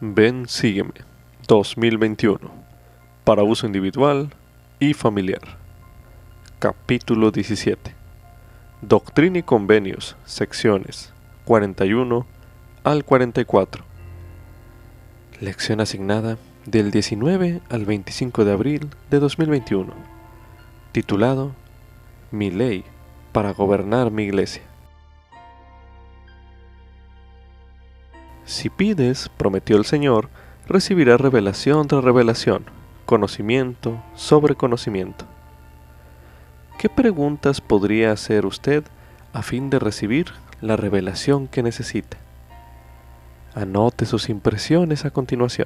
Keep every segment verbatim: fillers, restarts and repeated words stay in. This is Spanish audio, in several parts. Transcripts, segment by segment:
Ven, sígueme. dos mil veintiuno. Para uso individual y familiar. Capítulo diecisiete. Doctrina y Convenios, secciones cuarenta y uno al cuarenta y cuatro. Lección asignada del diecinueve al veinticinco de abril de dos mil veintiuno. Titulado Mi ley para gobernar mi iglesia. Si pides, prometió el Señor, recibirás revelación tras revelación, conocimiento sobre conocimiento. ¿Qué preguntas podría hacer usted a fin de recibir la revelación que necesita? Anote sus impresiones a continuación.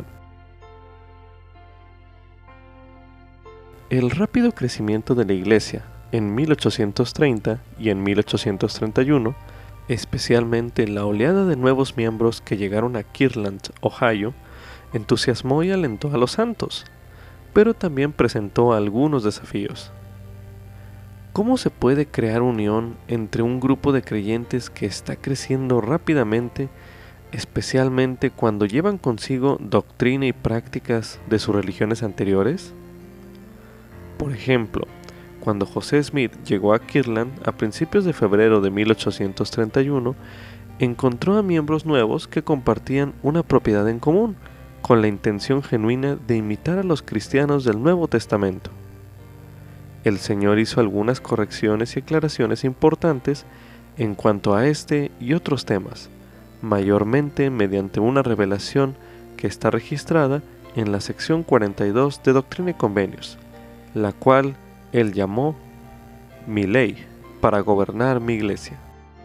El rápido crecimiento de la Iglesia en mil ochocientos treinta y en mil ochocientos treinta y uno, especialmente la oleada de nuevos miembros que llegaron a Kirtland, Ohio, entusiasmó y alentó a los santos, pero también presentó algunos desafíos. ¿Cómo se puede crear unión entre un grupo de creyentes que está creciendo rápidamente, especialmente cuando llevan consigo doctrina y prácticas de sus religiones anteriores? Por ejemplo, cuando José Smith llegó a Kirtland a principios de febrero de mil ochocientos treinta y uno, encontró a miembros nuevos que compartían una propiedad en común, con la intención genuina de imitar a los cristianos del Nuevo Testamento. El Señor hizo algunas correcciones y aclaraciones importantes en cuanto a este y otros temas, mayormente mediante una revelación que está registrada en la sección cuarenta y dos de Doctrina y Convenios, la cual Él llamó Mi ley para gobernar mi iglesia.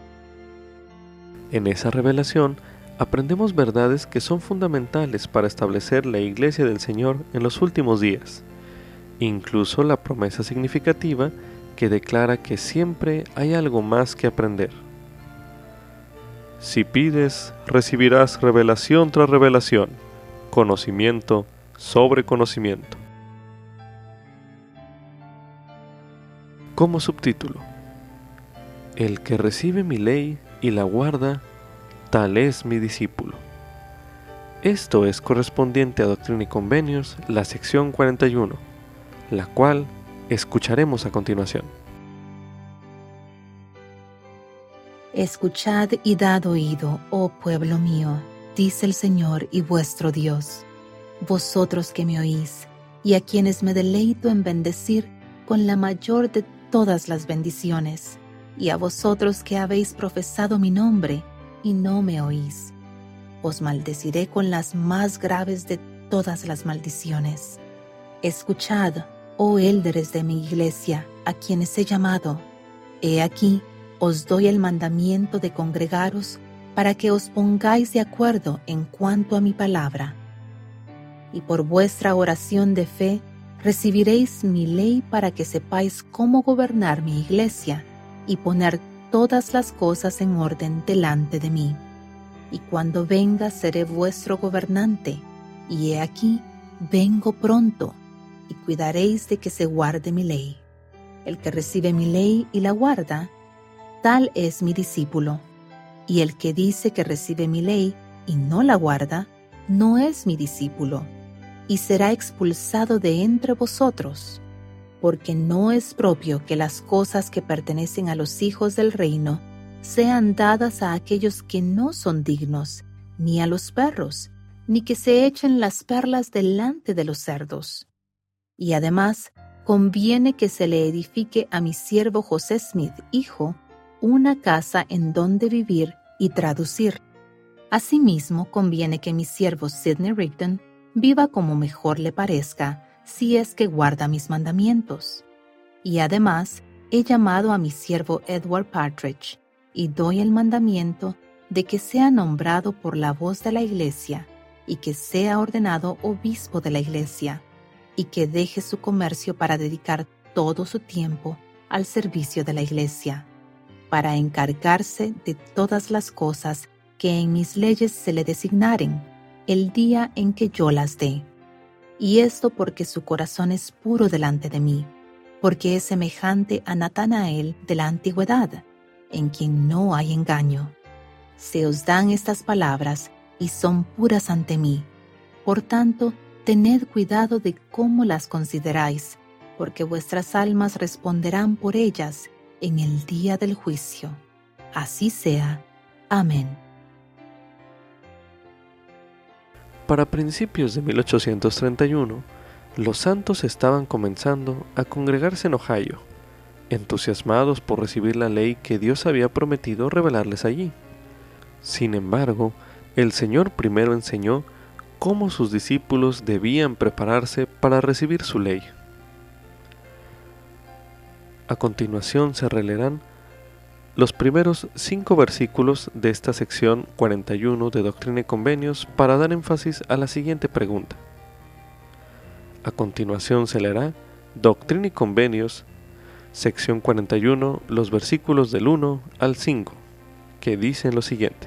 En esa revelación aprendemos verdades que son fundamentales para establecer la iglesia del Señor en los últimos días, incluso la promesa significativa que declara que siempre hay algo más que aprender. Si pides, recibirás revelación tras revelación, conocimiento sobre conocimiento. Como subtítulo: El que recibe mi ley y la guarda, tal es mi discípulo. Esto es correspondiente a Doctrina y Convenios, la sección cuarenta y uno, la cual escucharemos a continuación. Escuchad y dad oído, oh pueblo mío, dice el Señor y vuestro Dios, vosotros que me oís, y a quienes me deleito en bendecir con la mayor de todas las bendiciones, y a vosotros que habéis profesado mi nombre y no me oís, os maldeciré con las más graves de todas las maldiciones. Escuchad, oh élderes de mi iglesia, a quienes he llamado. He aquí, os doy el mandamiento de congregaros para que os pongáis de acuerdo en cuanto a mi palabra. Y por vuestra oración de fe recibiréis mi ley para que sepáis cómo gobernar mi iglesia y poner todas las cosas en orden delante de mí. Y cuando venga seré vuestro gobernante, y he aquí, vengo pronto, y cuidaréis de que se guarde mi ley. El que recibe mi ley y la guarda, tal es mi discípulo. Y el que dice que recibe mi ley y no la guarda, no es mi discípulo, y será expulsado de entre vosotros, porque no es propio que las cosas que pertenecen a los hijos del reino sean dadas a aquellos que no son dignos, ni a los perros, ni que se echen las perlas delante de los cerdos. Y además, conviene que se le edifique a mi siervo José Smith, hijo, una casa en donde vivir y traducir. Asimismo, conviene que mi siervo Sidney Rigdon viva como mejor le parezca, si es que guarda mis mandamientos. Y además, he llamado a mi siervo Edward Partridge, y doy el mandamiento de que sea nombrado por la voz de la iglesia, y que sea ordenado obispo de la iglesia, y que deje su comercio para dedicar todo su tiempo al servicio de la iglesia, para encargarse de todas las cosas que en mis leyes se le designaren, el día en que yo las dé. Y esto porque su corazón es puro delante de mí, porque es semejante a Natanael de la antigüedad, en quien no hay engaño. Se os dan estas palabras y son puras ante mí, Por tanto, tened cuidado de cómo las consideráis, porque vuestras almas responderán por ellas en el día del juicio. Así sea. Amén. Para principios de mil ochocientos treinta y uno, los santos estaban comenzando a congregarse en Ohio, entusiasmados por recibir la ley que Dios había prometido revelarles allí. Sin embargo, el Señor primero enseñó cómo sus discípulos debían prepararse para recibir su ley. A continuación se releerán los primeros cinco versículos de esta sección cuarenta y uno de Doctrina y Convenios para dar énfasis a la siguiente pregunta. A continuación se leerá Doctrina y Convenios, sección cuarenta y uno, los versículos del uno al cinco, que dicen lo siguiente.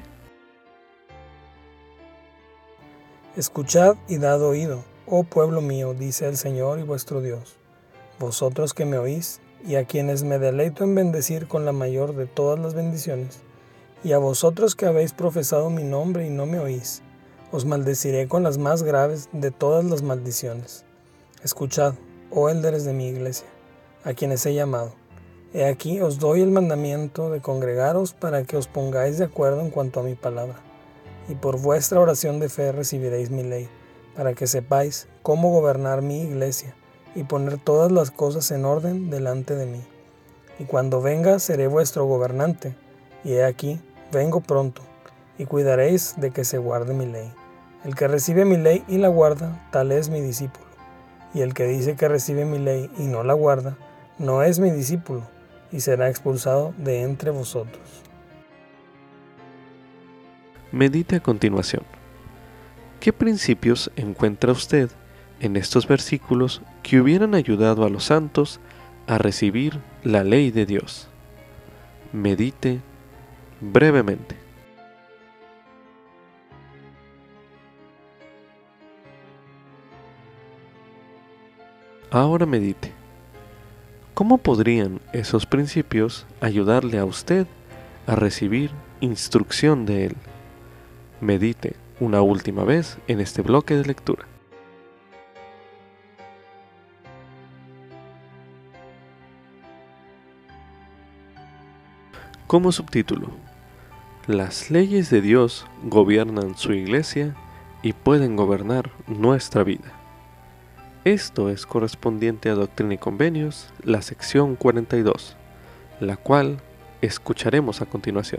Escuchad y dad oído, oh pueblo mío, dice el Señor y vuestro Dios, vosotros que me oís, y a quienes me deleito en bendecir con la mayor de todas las bendiciones, y a vosotros que habéis profesado mi nombre y no me oís, os maldeciré con las más graves de todas las maldiciones. Escuchad, oh élderes de mi iglesia, a quienes he llamado. He aquí os doy el mandamiento de congregaros para que os pongáis de acuerdo en cuanto a mi palabra, y por vuestra oración de fe recibiréis mi ley, para que sepáis cómo gobernar mi iglesia, y poner todas las cosas en orden delante de mí. Y cuando venga seré vuestro gobernante, y he aquí, vengo pronto, y cuidaréis de que se guarde mi ley. El que recibe mi ley y la guarda, tal es mi discípulo. Y el que dice que recibe mi ley y no la guarda, no es mi discípulo, y será expulsado de entre vosotros. Medite a continuación. ¿Qué principios encuentra usted en estos versículos que hubieran ayudado a los santos a recibir la ley de Dios? Medite brevemente. Ahora medite. ¿Cómo podrían esos principios ayudarle a usted a recibir instrucción de Él? Medite una última vez en este bloque de lectura. Como subtítulo, las leyes de Dios gobiernan su iglesia y pueden gobernar nuestra vida. Esto es correspondiente a Doctrina y Convenios, la sección cuarenta y dos, la cual escucharemos a continuación.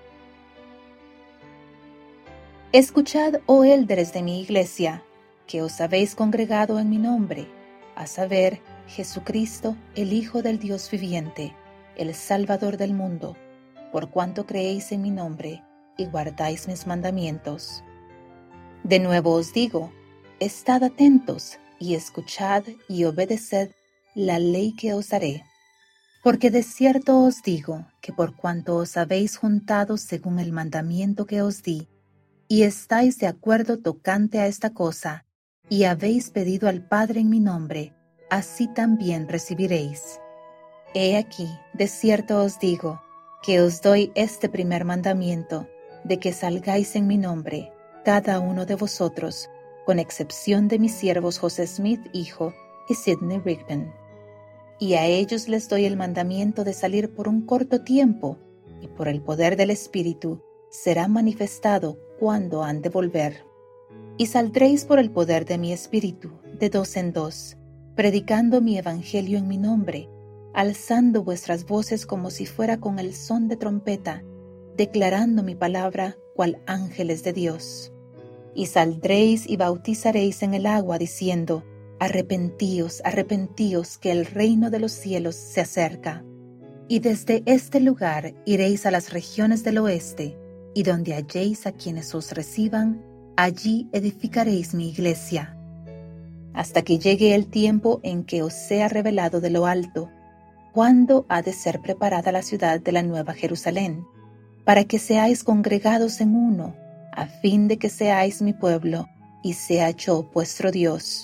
Escuchad, oh élderes de mi iglesia, que os habéis congregado en mi nombre, a saber, Jesucristo, el Hijo del Dios viviente, el Salvador del mundo, por cuanto creéis en mi nombre y guardáis mis mandamientos. De nuevo os digo, estad atentos y escuchad y obedeced la ley que os daré. Porque de cierto os digo que por cuanto os habéis juntado según el mandamiento que os di, y estáis de acuerdo tocante a esta cosa, y habéis pedido al Padre en mi nombre, así también recibiréis. He aquí, de cierto os digo, que os doy este primer mandamiento, de que salgáis en mi nombre, cada uno de vosotros, con excepción de mis siervos José Smith, hijo, y Sidney Rigdon. Y a ellos les doy el mandamiento de salir por un corto tiempo, y por el poder del Espíritu será manifestado cuándo han de volver. Y saldréis por el poder de mi Espíritu, de dos en dos, predicando mi evangelio en mi nombre, alzando vuestras voces como si fuera con el son de trompeta, declarando mi palabra cual ángeles de Dios. Y saldréis y bautizaréis en el agua, diciendo, arrepentíos, arrepentíos, que el reino de los cielos se acerca. Y desde este lugar iréis a las regiones del oeste, y donde halléis a quienes os reciban, allí edificaréis mi iglesia. Hasta que llegue el tiempo en que os sea revelado de lo alto, cuándo ha de ser preparada la ciudad de la Nueva Jerusalén, para que seáis congregados en uno, a fin de que seáis mi pueblo, y sea yo vuestro Dios.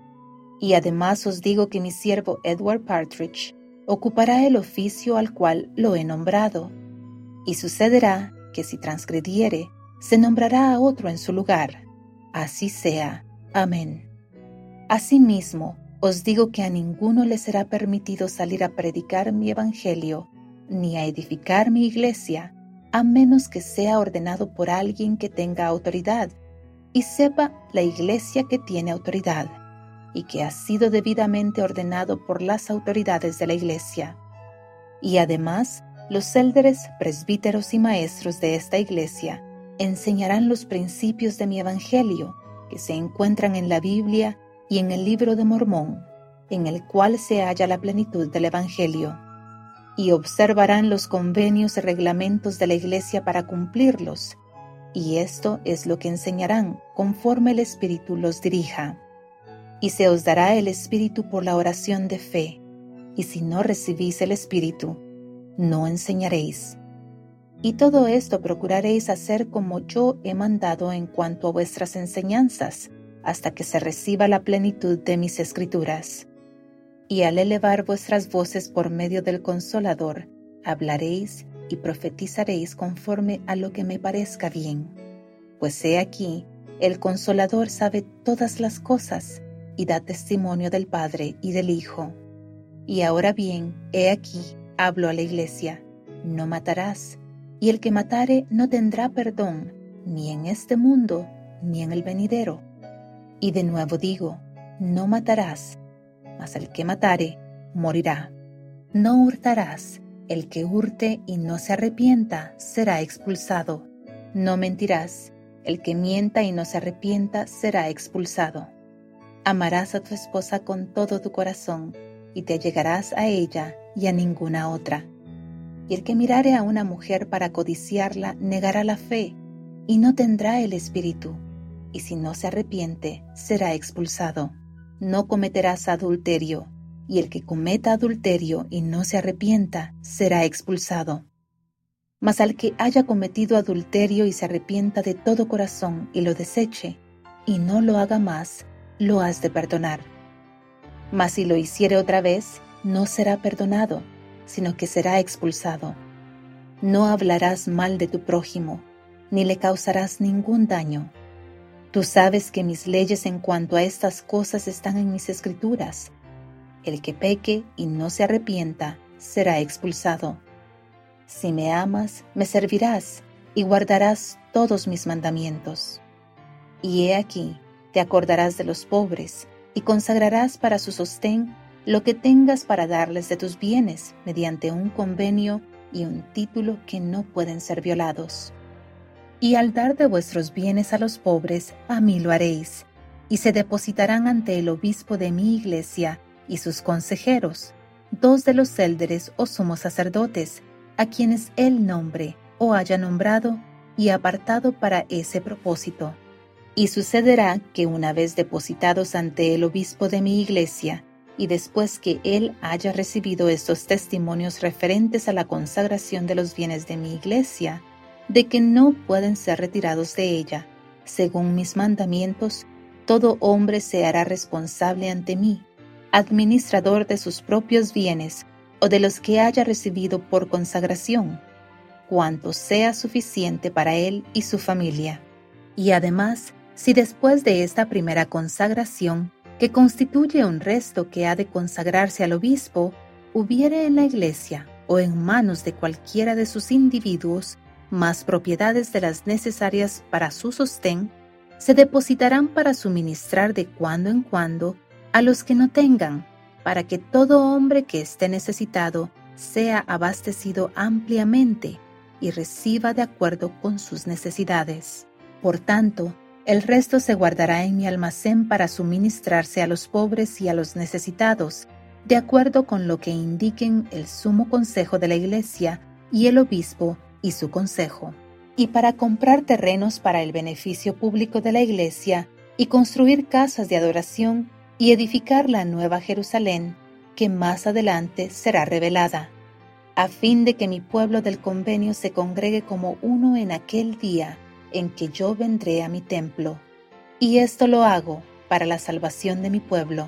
Y además os digo que mi siervo Edward Partridge ocupará el oficio al cual lo he nombrado, y sucederá que si transgrediere, se nombrará a otro en su lugar. Así sea. Amén. Asimismo, os digo que a ninguno le será permitido salir a predicar mi evangelio, ni a edificar mi iglesia, a menos que sea ordenado por alguien que tenga autoridad, y sepa la iglesia que tiene autoridad, y que ha sido debidamente ordenado por las autoridades de la iglesia. Y además, los élderes, presbíteros y maestros de esta iglesia enseñarán los principios de mi evangelio, que se encuentran en la Biblia y en el libro de Mormón, en el cual se halla la plenitud del evangelio. Y observarán los convenios y reglamentos de la iglesia para cumplirlos, y esto es lo que enseñarán conforme el Espíritu los dirija. Y se os dará el Espíritu por la oración de fe, y si no recibís el Espíritu, no enseñaréis. Y todo esto procuraréis hacer como yo he mandado en cuanto a vuestras enseñanzas, hasta que se reciba la plenitud de mis escrituras. Y al elevar vuestras voces por medio del Consolador, hablaréis y profetizaréis conforme a lo que me parezca bien. Pues he aquí, el Consolador sabe todas las cosas, y da testimonio del Padre y del Hijo. Y ahora bien, he aquí, hablo a la iglesia, no matarás, y el que matare no tendrá perdón, ni en este mundo, ni en el venidero. Y de nuevo digo, no matarás, mas el que matare, morirá. No hurtarás, el que hurte y no se arrepienta, será expulsado. No mentirás, el que mienta y no se arrepienta, será expulsado. Amarás a tu esposa con todo tu corazón, y te allegarás a ella y a ninguna otra. Y el que mirare a una mujer para codiciarla, negará la fe, y no tendrá el espíritu, y si no se arrepiente, será expulsado. No cometerás adulterio, y el que cometa adulterio y no se arrepienta, será expulsado. Mas al que haya cometido adulterio y se arrepienta de todo corazón y lo deseche, y no lo haga más, lo has de perdonar. Mas si lo hiciere otra vez, no será perdonado, sino que será expulsado. No hablarás mal de tu prójimo, ni le causarás ningún daño. Tú sabes que mis leyes en cuanto a estas cosas están en mis escrituras. El que peque y no se arrepienta, será expulsado. Si me amas, me servirás, y guardarás todos mis mandamientos. Y he aquí, te acordarás de los pobres, y consagrarás para su sostén lo que tengas para darles de tus bienes, mediante un convenio y un título que no pueden ser violados. Y al dar de vuestros bienes a los pobres, a mí lo haréis, y se depositarán ante el obispo de mi iglesia y sus consejeros, dos de los élderes o sumos sacerdotes, a quienes él nombre o haya nombrado y apartado para ese propósito. Y sucederá que una vez depositados ante el obispo de mi iglesia, y después que él haya recibido estos testimonios referentes a la consagración de los bienes de mi iglesia, de que no pueden ser retirados de ella, según mis mandamientos, todo hombre se hará responsable ante mí, administrador de sus propios bienes o de los que haya recibido por consagración, cuanto sea suficiente para él y su familia. Y además, si después de esta primera consagración, que constituye un resto que ha de consagrarse al obispo, hubiere en la iglesia o en manos de cualquiera de sus individuos más propiedades de las necesarias para su sostén, se depositarán para suministrar de cuando en cuando a los que no tengan, para que todo hombre que esté necesitado sea abastecido ampliamente y reciba de acuerdo con sus necesidades. Por tanto, el resto se guardará en mi almacén para suministrarse a los pobres y a los necesitados, de acuerdo con lo que indiquen el sumo consejo de la iglesia y el obispo y su consejo, y para comprar terrenos para el beneficio público de la iglesia y construir casas de adoración y edificar la nueva Jerusalén, que más adelante será revelada, a fin de que mi pueblo del convenio se congregue como uno en aquel día en que yo vendré a mi templo, y esto lo hago para la salvación de mi pueblo.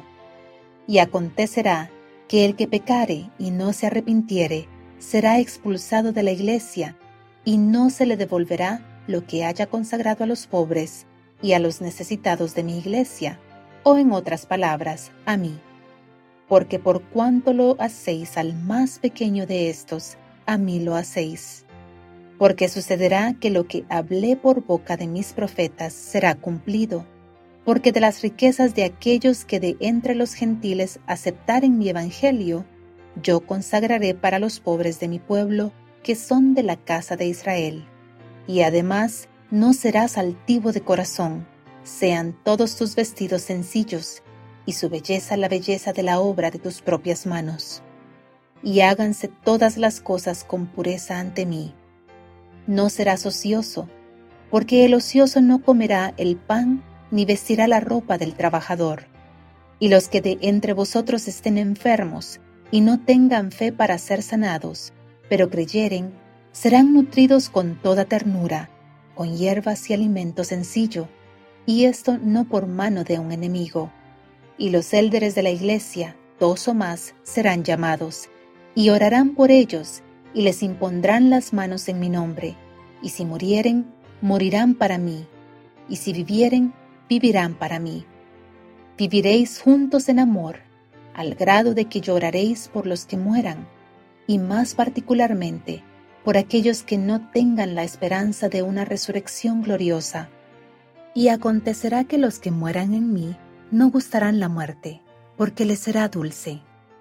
Y acontecerá que el que pecare y no se arrepintiere será expulsado de la iglesia, y no se le devolverá lo que haya consagrado a los pobres, y a los necesitados de mi iglesia, o en otras palabras, a mí. Porque por cuanto lo hacéis al más pequeño de estos, a mí lo hacéis. Porque sucederá que lo que hablé por boca de mis profetas será cumplido, porque de las riquezas de aquellos que de entre los gentiles aceptaren mi evangelio, yo consagraré para los pobres de mi pueblo, que son de la casa de Israel. Y además no serás altivo de corazón, sean todos tus vestidos sencillos, y su belleza la belleza de la obra de tus propias manos. Y háganse todas las cosas con pureza ante mí. No serás ocioso, porque el ocioso no comerá el pan ni vestirá la ropa del trabajador. Y los que de entre vosotros estén enfermos y no tengan fe para ser sanados, pero creyeren, serán nutridos con toda ternura, con hierbas y alimento sencillo, y esto no por mano de un enemigo. Y los élderes de la iglesia, dos o más, serán llamados, y orarán por ellos, y les impondrán las manos en mi nombre, y si murieren, morirán para mí, y si vivieren, vivirán para mí. Viviréis juntos en amor, al grado de que lloraréis por los que mueran, y más particularmente por aquellos que no tengan la esperanza de una resurrección gloriosa. Y acontecerá que los que mueran en mí no gustarán la muerte, porque les será dulce.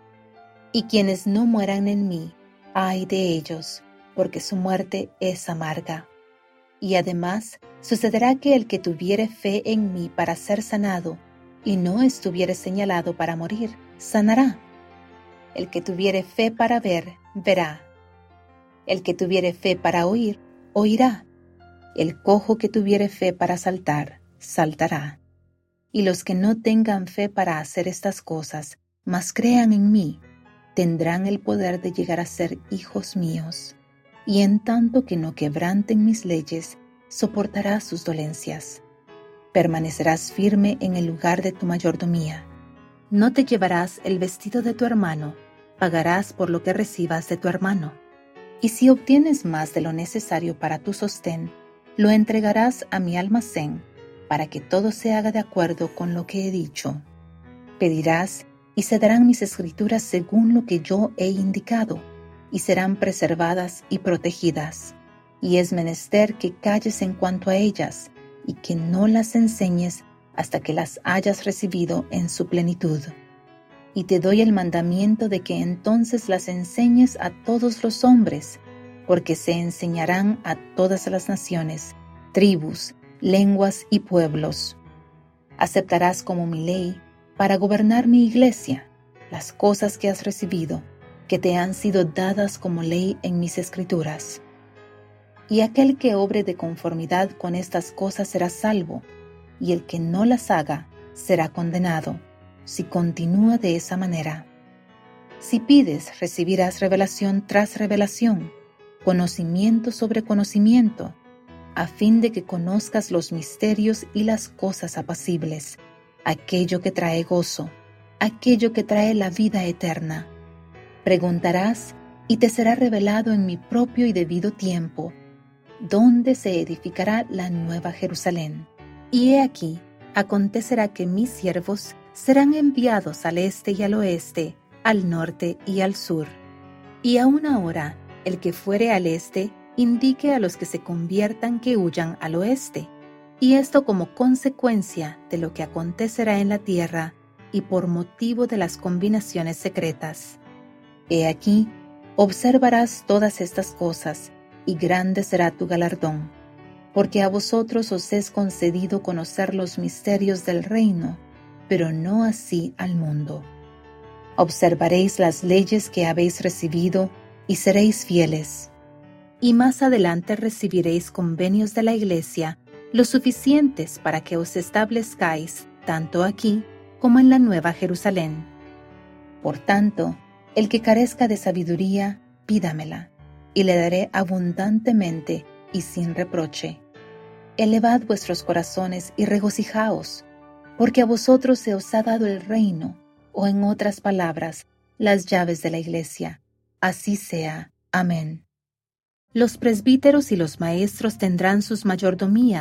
Y quienes no mueran en mí, ay de ellos, porque su muerte es amarga. Y además sucederá que el que tuviere fe en mí para ser sanado, y no estuviere señalado para morir, sanará. El que tuviere fe para ver, verá. El que tuviere fe para oír, oirá. El cojo que tuviere fe para saltar, saltará. Y los que no tengan fe para hacer estas cosas, mas crean en mí, tendrán el poder de llegar a ser hijos míos. Y en tanto que no quebranten mis leyes, soportarás sus dolencias. Permanecerás firme en el lugar de tu mayordomía. No te llevarás el vestido de tu hermano, pagarás por lo que recibas de tu hermano. Y si obtienes más de lo necesario para tu sostén, lo entregarás a mi almacén, para que todo se haga de acuerdo con lo que he dicho. Pedirás, y se darán mis escrituras según lo que yo he indicado, y serán preservadas y protegidas. Y es menester que calles en cuanto a ellas, y que no las enseñes hasta que las hayas recibido en su plenitud. Y te doy el mandamiento de que entonces las enseñes a todos los hombres, porque se enseñarán a todas las naciones, tribus, lenguas y pueblos. Aceptarás como mi ley, para gobernar mi iglesia, las cosas que has recibido, que te han sido dadas como ley en mis escrituras. Y aquel que obre de conformidad con estas cosas será salvo, y el que no las haga será condenado, si continúa de esa manera. Si pides, recibirás revelación tras revelación, conocimiento sobre conocimiento, a fin de que conozcas los misterios y las cosas apacibles, aquello que trae gozo, aquello que trae la vida eterna. Preguntarás, y te será revelado en mi propio y debido tiempo, dónde se edificará la nueva Jerusalén. Y he aquí, acontecerá que mis siervos serán enviados al este y al oeste, al norte y al sur. Y a una hora, el que fuere al este, indique a los que se conviertan que huyan al oeste. Y esto como consecuencia de lo que acontecerá en la tierra y por motivo de las combinaciones secretas. He aquí, observarás todas estas cosas, y grande será tu galardón, porque a vosotros os es concedido conocer los misterios del reino, pero no así al mundo. Observaréis las leyes que habéis recibido y seréis fieles. Y más adelante recibiréis convenios de la iglesia, lo suficientes para que os establezcáis tanto aquí como en la Nueva Jerusalén. Por tanto, el que carezca de sabiduría, pídamela, y le daré abundantemente y sin reproche. Elevad vuestros corazones y regocijaos, porque a vosotros se os ha dado el reino, o en otras palabras, las llaves de la iglesia. Así sea. Amén. Los presbíteros y los maestros tendrán sus mayordomías,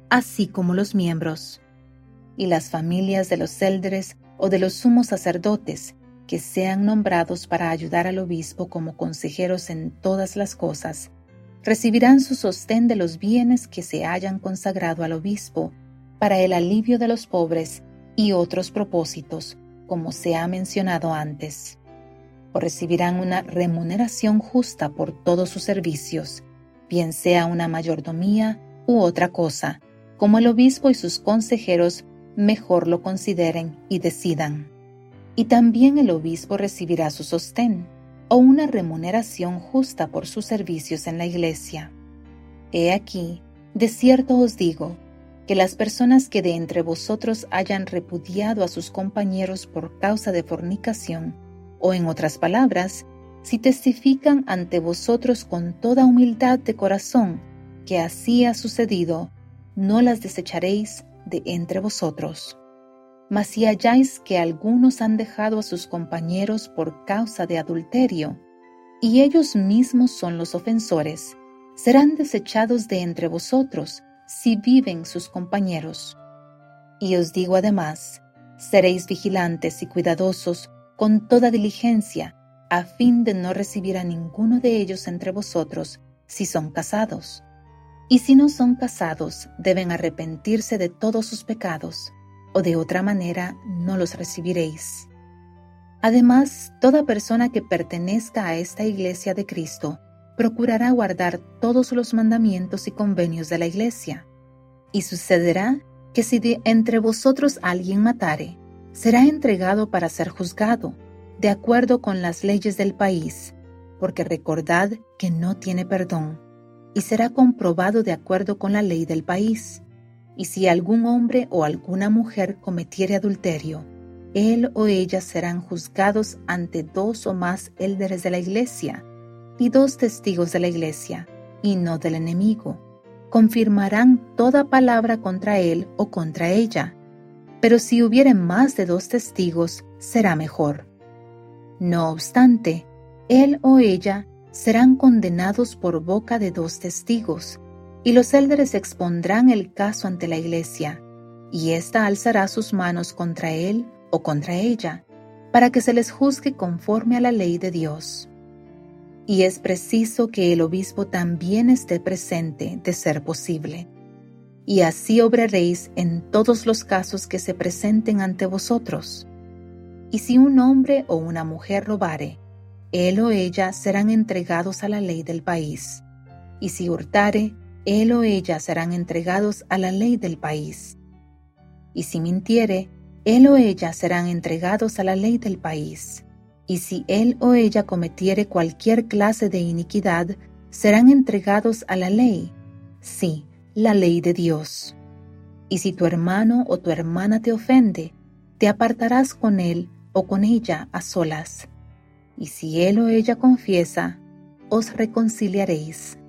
así como los miembros. Y las familias de los élderes o de los sumos sacerdotes, que sean nombrados para ayudar al obispo como consejeros en todas las cosas, recibirán su sostén de los bienes que se hayan consagrado al obispo para el alivio de los pobres y otros propósitos, como se ha mencionado antes. O recibirán una remuneración justa por todos sus servicios, bien sea una mayordomía u otra cosa, como el obispo y sus consejeros mejor lo consideren y decidan. Y también el obispo recibirá su sostén, o una remuneración justa por sus servicios en la iglesia. He aquí, de cierto os digo, que las personas que de entre vosotros hayan repudiado a sus compañeros por causa de fornicación, o en otras palabras, si testifican ante vosotros con toda humildad de corazón que así ha sucedido, no las desecharéis de entre vosotros. Mas si halláis que algunos han dejado a sus compañeros por causa de adulterio, y ellos mismos son los ofensores, serán desechados de entre vosotros si viven sus compañeros. Y os digo además, seréis vigilantes y cuidadosos con toda diligencia, a fin de no recibir a ninguno de ellos entre vosotros si son casados. Y si no son casados, deben arrepentirse de todos sus pecados, o de otra manera no los recibiréis. Además, toda persona que pertenezca a esta iglesia de Cristo procurará guardar todos los mandamientos y convenios de la iglesia. Y sucederá que si de entre vosotros alguien matare, será entregado para ser juzgado, de acuerdo con las leyes del país, porque recordad que no tiene perdón, y será comprobado de acuerdo con la ley del país. Y si algún hombre o alguna mujer cometiere adulterio, él o ella serán juzgados ante dos o más élderes de la iglesia, y dos testigos de la iglesia, y no del enemigo. Confirmarán toda palabra contra él o contra ella. Pero si hubiere más de dos testigos, será mejor. No obstante, él o ella serán condenados por boca de dos testigos, y los élderes expondrán el caso ante la iglesia, y ésta alzará sus manos contra él o contra ella, para que se les juzgue conforme a la ley de Dios. Y es preciso que el obispo también esté presente, de ser posible. Y así obraréis en todos los casos que se presenten ante vosotros. Y si un hombre o una mujer robare, él o ella serán entregados a la ley del país. Y si hurtare, él o ella serán entregados a la ley del país. Y si mintiere, él o ella serán entregados a la ley del país. Y si él o ella cometiere cualquier clase de iniquidad, serán entregados a la ley, sí, la ley de Dios. Y si tu hermano o tu hermana te ofende, te apartarás con él o con ella a solas. Y si él o ella confiesa, os reconciliaréis.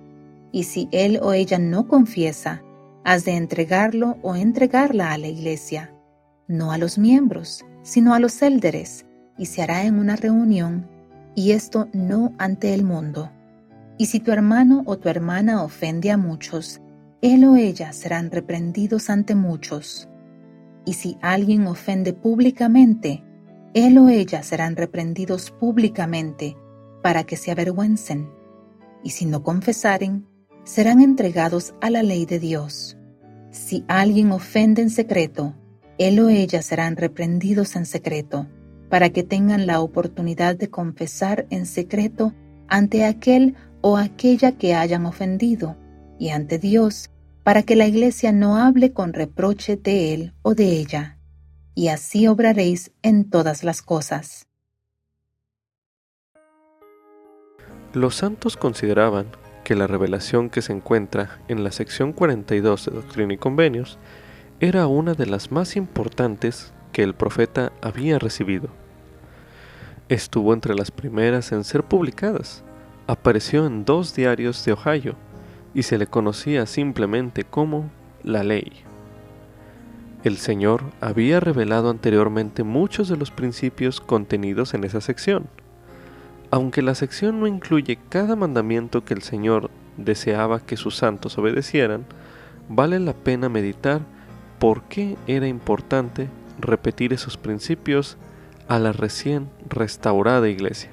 Y si él o ella no confiesa, has de entregarlo o entregarla a la iglesia, no a los miembros, sino a los élderes, y se hará en una reunión, y esto no ante el mundo. Y si tu hermano o tu hermana ofende a muchos, él o ella serán reprendidos ante muchos. Y si alguien ofende públicamente, él o ella serán reprendidos públicamente, para que se avergüencen. Y si no confesaren, serán entregados a la ley de Dios. Si alguien ofende en secreto, él o ella serán reprendidos en secreto, para que tengan la oportunidad de confesar en secreto ante aquel o aquella que hayan ofendido, y ante Dios, para que la iglesia no hable con reproche de él o de ella. Y así obraréis en todas las cosas. Los santos consideraban que la revelación que se encuentra en la sección cuarenta y dos de Doctrina y Convenios era una de las más importantes que el profeta había recibido. Estuvo entre las primeras en ser publicadas, apareció en dos diarios de Ohio y se le conocía simplemente como la ley. El Señor había revelado anteriormente muchos de los principios contenidos en esa sección. Aunque la sección no incluye cada mandamiento que el Señor deseaba que sus santos obedecieran, vale la pena meditar por qué era importante repetir esos principios a la recién restaurada iglesia.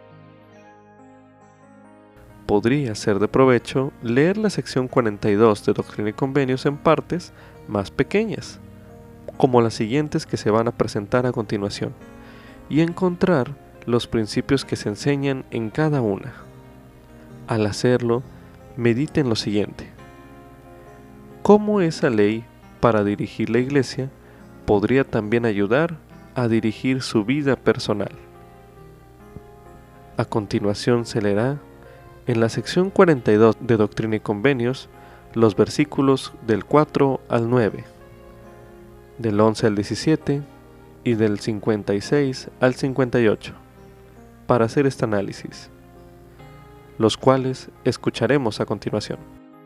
Podría ser de provecho leer la sección cuarenta y dos de Doctrina y Convenios en partes más pequeñas, como las siguientes que se van a presentar a continuación, y encontrar los principios que se enseñan en cada una. Al hacerlo, mediten lo siguiente: ¿cómo esa ley para dirigir la iglesia podría también ayudar a dirigir su vida personal? A continuación se leerá en la sección cuarenta y dos de Doctrina y Convenios los versículos del cuatro al nueve, del once al diecisiete y del cincuenta y seis al cincuenta y ocho, para hacer este análisis, los cuales escucharemos a continuación.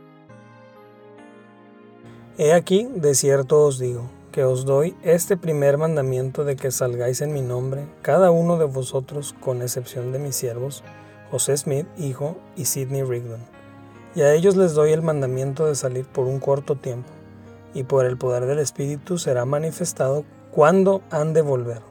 He aquí, de cierto os digo, que os doy este primer mandamiento de que salgáis en mi nombre, cada uno de vosotros, con excepción de mis siervos, José Smith, hijo, y Sidney Rigdon. Y a ellos les doy el mandamiento de salir por un corto tiempo, y por el poder del Espíritu será manifestado cuándo han de volver.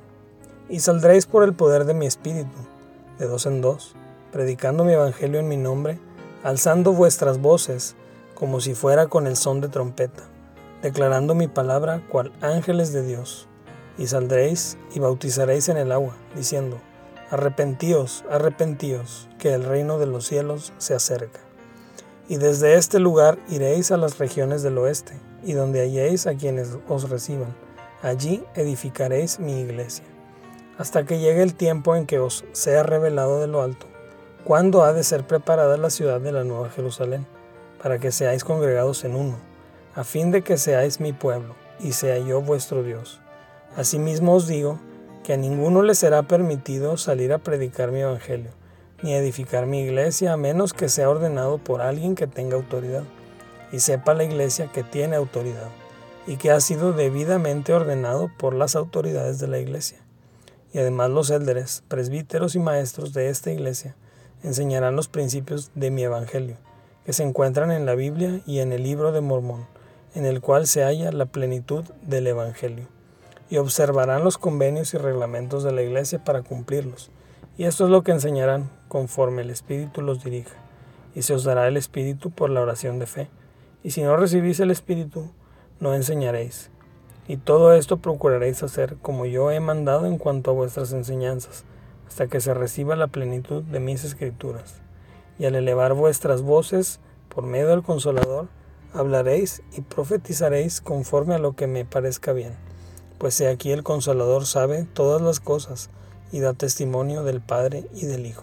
Y saldréis por el poder de mi Espíritu, de dos en dos, predicando mi evangelio en mi nombre, alzando vuestras voces como si fuera con el son de trompeta, declarando mi palabra cual ángeles de Dios. Y saldréis y bautizaréis en el agua, diciendo: Arrepentíos, arrepentíos, que el reino de los cielos se acerca. Y desde este lugar iréis a las regiones del oeste, y donde halléis a quienes os reciban, allí edificaréis mi iglesia, hasta que llegue el tiempo en que os sea revelado de lo alto, cuándo ha de ser preparada la ciudad de la Nueva Jerusalén, para que seáis congregados en uno, a fin de que seáis mi pueblo, y sea yo vuestro Dios. Asimismo os digo, que a ninguno le será permitido salir a predicar mi evangelio, ni a edificar mi iglesia, a menos que sea ordenado por alguien que tenga autoridad, y sepa la iglesia que tiene autoridad, y que ha sido debidamente ordenado por las autoridades de la iglesia. Y además los élderes, presbíteros y maestros de esta iglesia enseñarán los principios de mi evangelio, que se encuentran en la Biblia y en el libro de Mormón, en el cual se halla la plenitud del evangelio. Y observarán los convenios y reglamentos de la iglesia para cumplirlos. Y esto es lo que enseñarán conforme el Espíritu los dirija. Y se os dará el Espíritu por la oración de fe. Y si no recibís el Espíritu, no enseñaréis. Y todo esto procuraréis hacer como yo he mandado en cuanto a vuestras enseñanzas, hasta que se reciba la plenitud de mis escrituras. Y al elevar vuestras voces por medio del Consolador, hablaréis y profetizaréis conforme a lo que me parezca bien. Pues he aquí el Consolador sabe todas las cosas, y da testimonio del Padre y del Hijo.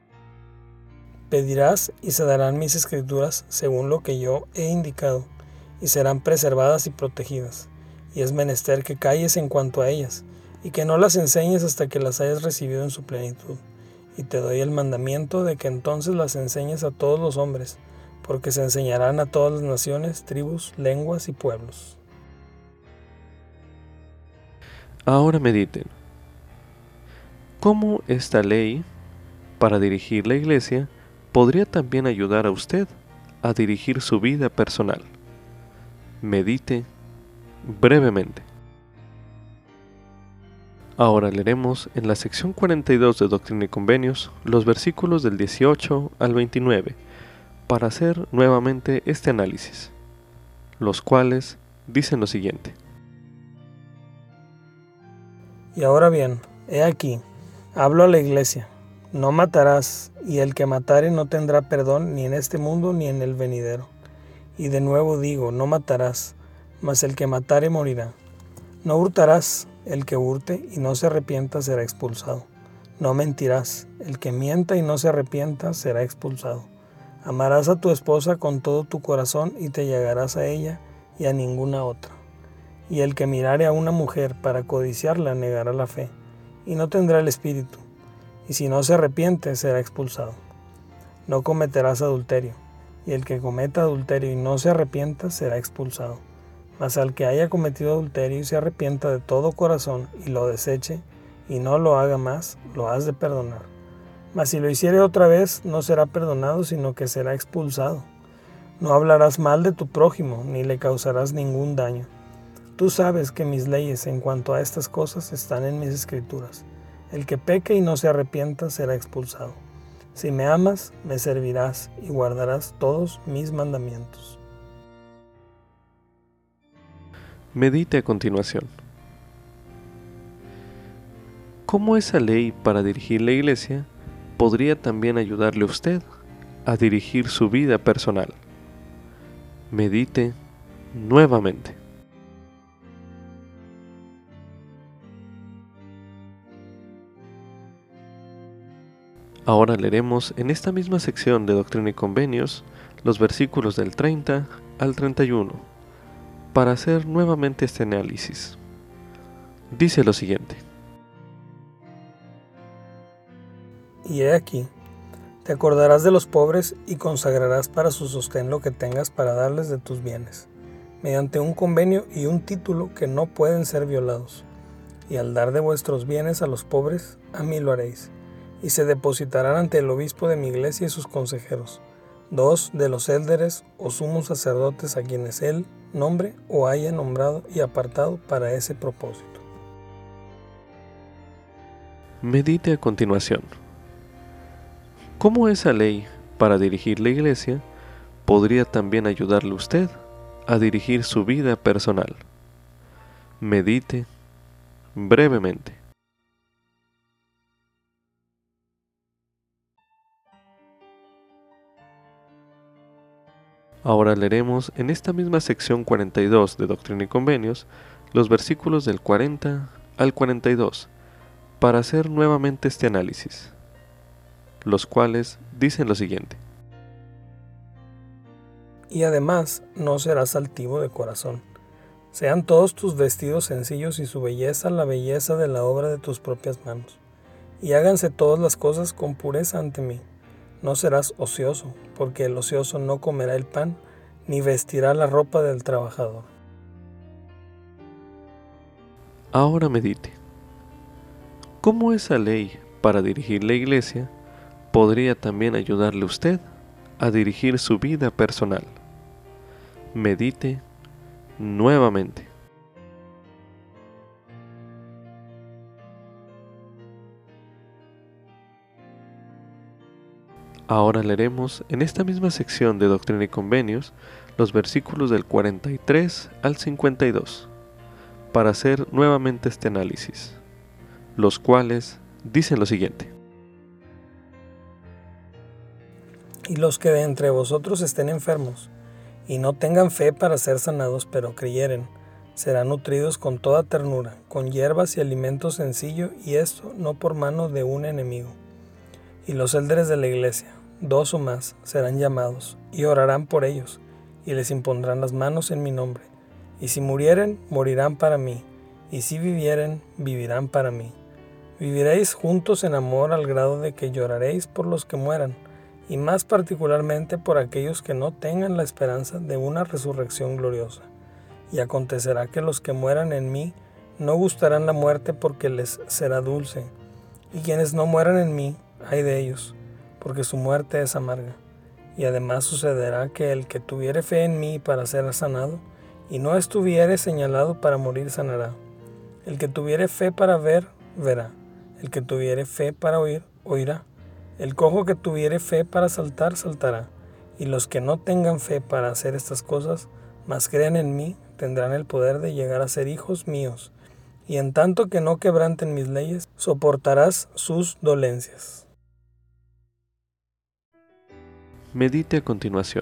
Pedirás y se darán mis escrituras según lo que yo he indicado, y serán preservadas y protegidas. Y es menester que calles en cuanto a ellas, y que no las enseñes hasta que las hayas recibido en su plenitud. Y te doy el mandamiento de que entonces las enseñes a todos los hombres, porque se enseñarán a todas las naciones, tribus, lenguas y pueblos. Ahora mediten. ¿Cómo esta ley para dirigir la iglesia podría también ayudar a usted a dirigir su vida personal? Medite brevemente. Ahora leeremos en la sección cuarenta y dos de Doctrina y Convenios los versículos del dieciocho al veintinueve para hacer nuevamente este análisis, los cuales dicen lo siguiente. Y ahora bien, he aquí, hablo a la iglesia: no matarás, y el que matare no tendrá perdón ni en este mundo ni en el venidero. Y de nuevo digo, no matarás, mas el que matare morirá. No hurtarás, el que hurte y no se arrepienta será expulsado. No mentirás, el que mienta y no se arrepienta será expulsado. Amarás a tu esposa con todo tu corazón y te llegarás a ella y a ninguna otra. Y el que mirare a una mujer para codiciarla negará la fe, y no tendrá el espíritu, y si no se arrepiente será expulsado. No cometerás adulterio, y el que cometa adulterio y no se arrepienta será expulsado. Mas al que haya cometido adulterio y se arrepienta de todo corazón y lo deseche, y no lo haga más, lo has de perdonar. Mas si lo hiciere otra vez, no será perdonado, sino que será expulsado. No hablarás mal de tu prójimo, ni le causarás ningún daño. Tú sabes que mis leyes en cuanto a estas cosas están en mis escrituras. El que peque y no se arrepienta será expulsado. Si me amas, me servirás y guardarás todos mis mandamientos. Medite a continuación. ¿Cómo esa ley para dirigir la iglesia podría también ayudarle a usted a dirigir su vida personal? Medite nuevamente. Ahora leeremos en esta misma sección de Doctrina y Convenios los versículos del treinta al treinta y uno para hacer nuevamente este análisis. Dice lo siguiente. Y he aquí, te acordarás de los pobres y consagrarás para su sostén lo que tengas para darles de tus bienes, mediante un convenio y un título que no pueden ser violados. Y al dar de vuestros bienes a los pobres, a mí lo haréis. Y se depositarán ante el obispo de mi iglesia y sus consejeros, dos de los élderes o sumos sacerdotes a quienes él nombre o haya nombrado y apartado para ese propósito. Medite a continuación. ¿Cómo esa ley para dirigir la iglesia podría también ayudarle a usted a dirigir su vida personal? Medite brevemente. Ahora leeremos en esta misma sección cuarenta y dos de Doctrina y Convenios los versículos del cuarenta al cuarenta y dos para hacer nuevamente este análisis, los cuales dicen lo siguiente. Y además no serás altivo de corazón. Sean todos tus vestidos sencillos y su belleza la belleza de la obra de tus propias manos. Y háganse todas las cosas con pureza ante mí. No serás ocioso, porque el ocioso no comerá el pan, ni vestirá la ropa del trabajador. Ahora medite. ¿Cómo esa ley para dirigir la iglesia podría también ayudarle a usted a dirigir su vida personal? Medite nuevamente. Ahora leeremos en esta misma sección de Doctrina y Convenios los versículos del cuarenta y tres al cincuenta y dos para hacer nuevamente este análisis, los cuales dicen lo siguiente. Y los que de entre vosotros estén enfermos, y no tengan fe para ser sanados, pero creyeren, serán nutridos con toda ternura, con hierbas y alimento sencillo, y esto no por mano de un enemigo. Y los élderes de la iglesia, dos o más, serán llamados, y orarán por ellos, y les impondrán las manos en mi nombre. Y si murieren, morirán para mí, y si vivieren, vivirán para mí. Viviréis juntos en amor al grado de que lloraréis por los que mueran, y más particularmente por aquellos que no tengan la esperanza de una resurrección gloriosa. Y acontecerá que los que mueran en mí no gustarán la muerte porque les será dulce, y quienes no mueran en mí, ay de ellos, porque su muerte es amarga. Y además sucederá que el que tuviere fe en mí para ser sanado, y no estuviere señalado para morir, sanará. El que tuviere fe para ver, verá. El que tuviere fe para oír, oirá. El cojo que tuviere fe para saltar, saltará. Y los que no tengan fe para hacer estas cosas, mas crean en mí, tendrán el poder de llegar a ser hijos míos. Y en tanto que no quebranten mis leyes, soportarás sus dolencias. Medite a continuación.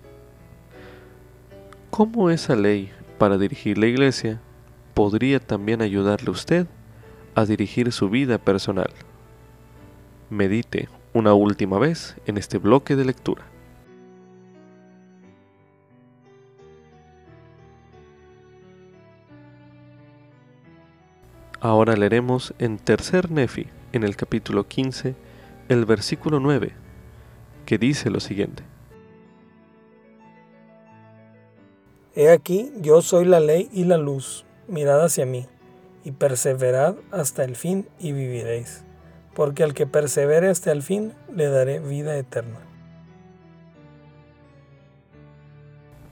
¿Cómo esa ley para dirigir la iglesia podría también ayudarle a usted a dirigir su vida personal? Medite una última vez en este bloque de lectura. Ahora leeremos en Tercer Nefi, en el capítulo quince, el versículo nueve, que dice lo siguiente. He aquí, yo soy la ley y la luz, mirad hacia mí, y perseverad hasta el fin y viviréis, porque al que persevere hasta el fin, le daré vida eterna.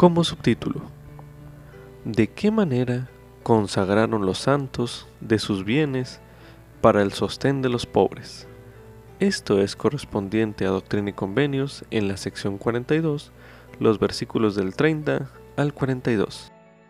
Como subtítulo: ¿de qué manera consagraron los santos de sus bienes para el sostén de los pobres? Esto es correspondiente a Doctrina y Convenios en la sección cuarenta y dos, los versículos del treinta al cuarenta y dos.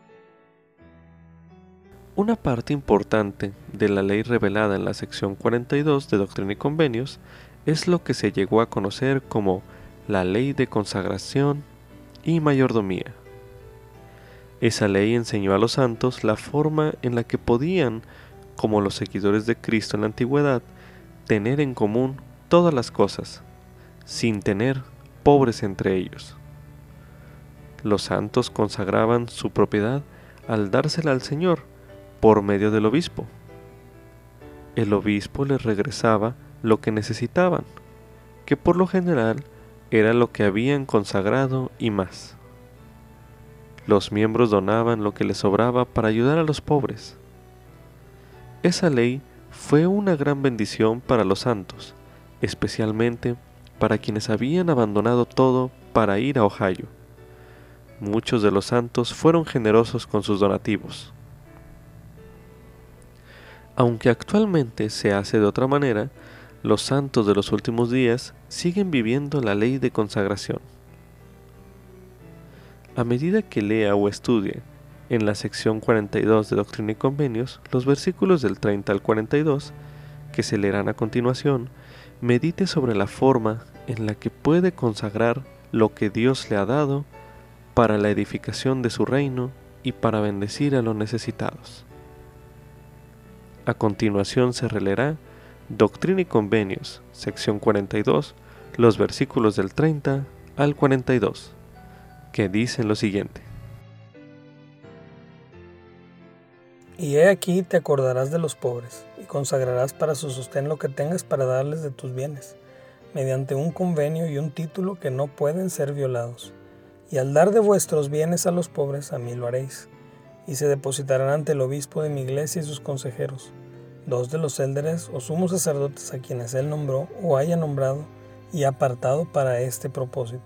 Una parte importante de la ley revelada en la sección cuarenta y dos de Doctrina y Convenios es lo que se llegó a conocer como la ley de consagración y mayordomía. Esa ley enseñó a los santos la forma en la que podían, como los seguidores de Cristo en la antigüedad, tener en común todas las cosas, sin tener pobres entre ellos. Los santos consagraban su propiedad al dársela al Señor por medio del obispo. El obispo les regresaba lo que necesitaban, que por lo general era lo que habían consagrado y más. Los miembros donaban lo que les sobraba para ayudar a los pobres. Esa ley fue una gran bendición para los santos, especialmente para quienes habían abandonado todo para ir a Ohio. Muchos de los santos fueron generosos con sus donativos. Aunque actualmente se hace de otra manera, los santos de los últimos días siguen viviendo la ley de consagración. A medida que lea o estudie en la sección cuarenta y dos de Doctrina y Convenios los versículos del treinta al cuarenta y dos, que se leerán a continuación, medite sobre la forma en la que puede consagrar lo que Dios le ha dado para la edificación de su reino y para bendecir a los necesitados. A continuación se releerá Doctrina y Convenios, sección cuarenta y dos, los versículos del treinta al cuarenta y dos, que dicen lo siguiente: Y he aquí te acordarás de los pobres, y consagrarás para su sostén lo que tengas para darles de tus bienes, mediante un convenio y un título que no pueden ser violados. Y al dar de vuestros bienes a los pobres, a mí lo haréis. Y se depositarán ante el obispo de mi iglesia y sus consejeros, dos de los élderes o sumos sacerdotes a quienes él nombró o haya nombrado y apartado para este propósito.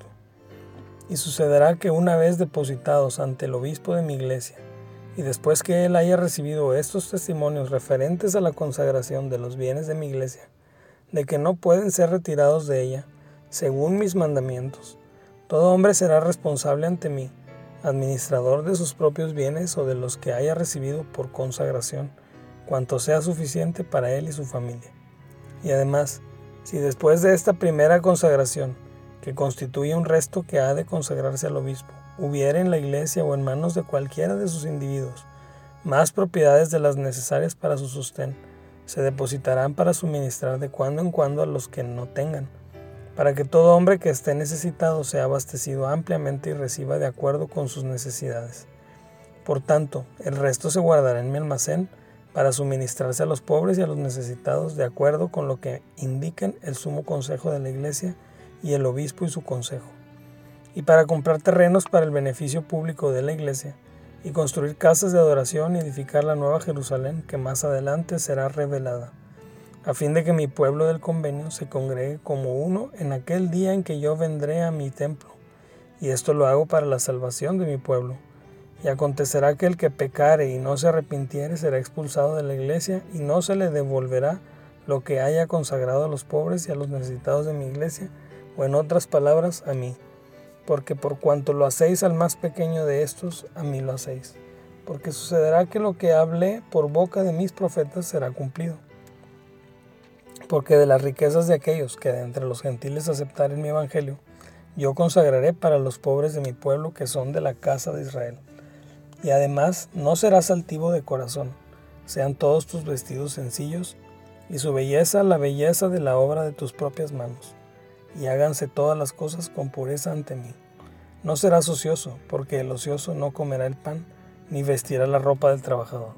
Y sucederá que una vez depositados ante el obispo de mi iglesia, y después que él haya recibido estos testimonios referentes a la consagración de los bienes de mi iglesia, de que no pueden ser retirados de ella, según mis mandamientos, todo hombre será responsable ante mí, administrador de sus propios bienes o de los que haya recibido por consagración, cuanto sea suficiente para él y su familia. Y además, si después de esta primera consagración, que constituye un resto que ha de consagrarse al obispo, hubiera en la iglesia o en manos de cualquiera de sus individuos más propiedades de las necesarias para su sostén, se depositarán para suministrar de cuando en cuando a los que no tengan, para que todo hombre que esté necesitado sea abastecido ampliamente y reciba de acuerdo con sus necesidades. Por tanto, el resto se guardará en mi almacén para suministrarse a los pobres y a los necesitados de acuerdo con lo que indiquen el sumo consejo de la iglesia y el obispo y su consejo, y para comprar terrenos para el beneficio público de la iglesia, y construir casas de adoración y edificar la nueva Jerusalén que más adelante será revelada, a fin de que mi pueblo del convenio se congregue como uno en aquel día en que yo vendré a mi templo, y esto lo hago para la salvación de mi pueblo. Y acontecerá que el que pecare y no se arrepintiere será expulsado de la iglesia, y no se le devolverá lo que haya consagrado a los pobres y a los necesitados de mi iglesia, o en otras palabras, a mí. Porque por cuanto lo hacéis al más pequeño de estos, a mí lo hacéis. Porque sucederá que lo que hablé por boca de mis profetas será cumplido. Porque de las riquezas de aquellos que de entre los gentiles aceptaren mi evangelio, yo consagraré para los pobres de mi pueblo que son de la casa de Israel. Y además no serás altivo de corazón, sean todos tus vestidos sencillos, y su belleza la belleza de la obra de tus propias manos, y háganse todas las cosas con pureza ante mí. No serás ocioso, porque el ocioso no comerá el pan, ni vestirá la ropa del trabajador.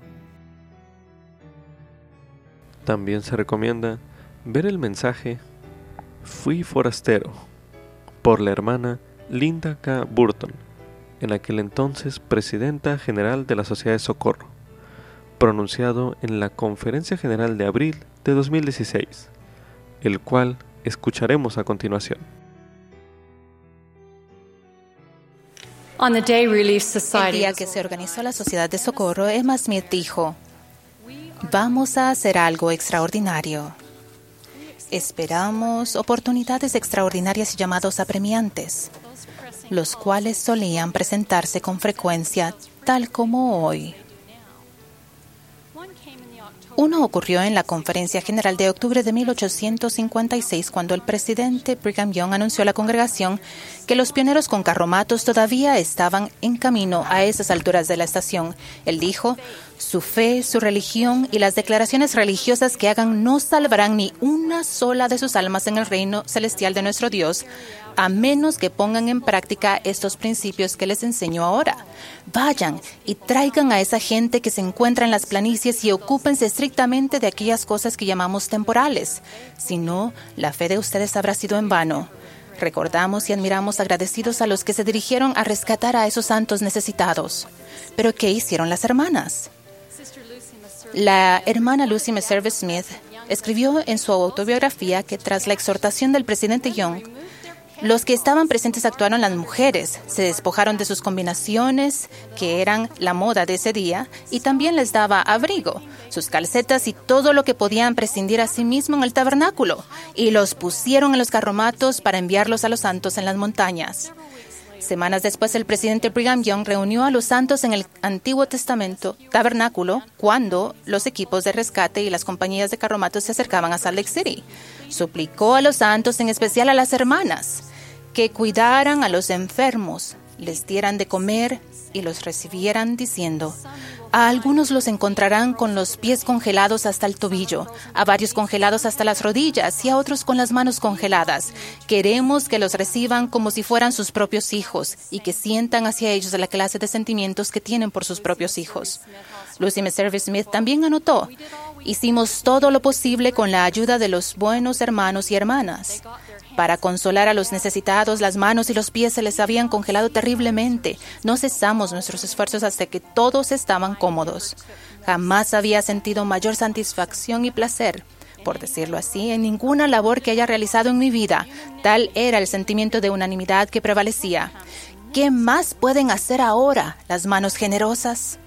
También se recomienda ver el mensaje Fui forastero, por la hermana Linda K. Burton, en aquel entonces presidenta general de la Sociedad de Socorro, pronunciado en la Conferencia General de abril de dos mil dieciséis, el cual escucharemos a continuación. On the day Relief El Society día que se organizó la Sociedad de Socorro, Emma Smith dijo, vamos a hacer algo extraordinario. Esperamos oportunidades extraordinarias y llamados apremiantes, los cuales solían presentarse con frecuencia, tal como hoy. Uno ocurrió en la Conferencia General de octubre de mil ochocientos cincuenta y seis, cuando el presidente Brigham Young anunció a la congregación que los pioneros con carromatos todavía estaban en camino a esas alturas de la estación. Él dijo, su fe, su religión y las declaraciones religiosas que hagan no salvarán ni una sola de sus almas en el reino celestial de nuestro Dios, a menos que pongan en práctica estos principios que les enseño ahora. Vayan y traigan a esa gente que se encuentra en las planicies y ocúpense estrictamente de aquellas cosas que llamamos temporales. Si no, la fe de ustedes habrá sido en vano. Recordamos y admiramos agradecidos a los que se dirigieron a rescatar a esos santos necesitados. ¿Pero qué hicieron las hermanas? La hermana Lucy Meserve Smith escribió en su autobiografía que tras la exhortación del presidente Young, los que estaban presentes actuaron las mujeres, se despojaron de sus combinaciones, que eran la moda de ese día, y también les daba abrigo, sus calcetas y todo lo que podían prescindir a sí mismo en el tabernáculo, y los pusieron en los carromatos para enviarlos a los santos en las montañas. Semanas después, el presidente Brigham Young reunió a los santos en el Antiguo Testamento tabernáculo cuando los equipos de rescate y las compañías de carromatos se acercaban a Salt Lake City. Suplicó a los santos, en especial a las hermanas, que cuidaran a los enfermos, les dieran de comer y los recibieran diciendo, a algunos los encontrarán con los pies congelados hasta el tobillo, a varios congelados hasta las rodillas y a otros con las manos congeladas. Queremos que los reciban como si fueran sus propios hijos y que sientan hacia ellos la clase de sentimientos que tienen por sus propios hijos. Lucy Meserve Smith también anotó, hicimos todo lo posible con la ayuda de los buenos hermanos y hermanas. Para consolar a los necesitados, las manos y los pies se les habían congelado terriblemente. No cesamos nuestros esfuerzos hasta que todos estaban cómodos. Jamás había sentido mayor satisfacción y placer, por decirlo así, en ninguna labor que haya realizado en mi vida. Tal era el sentimiento de unanimidad que prevalecía. ¿Qué más pueden hacer ahora las manos generosas?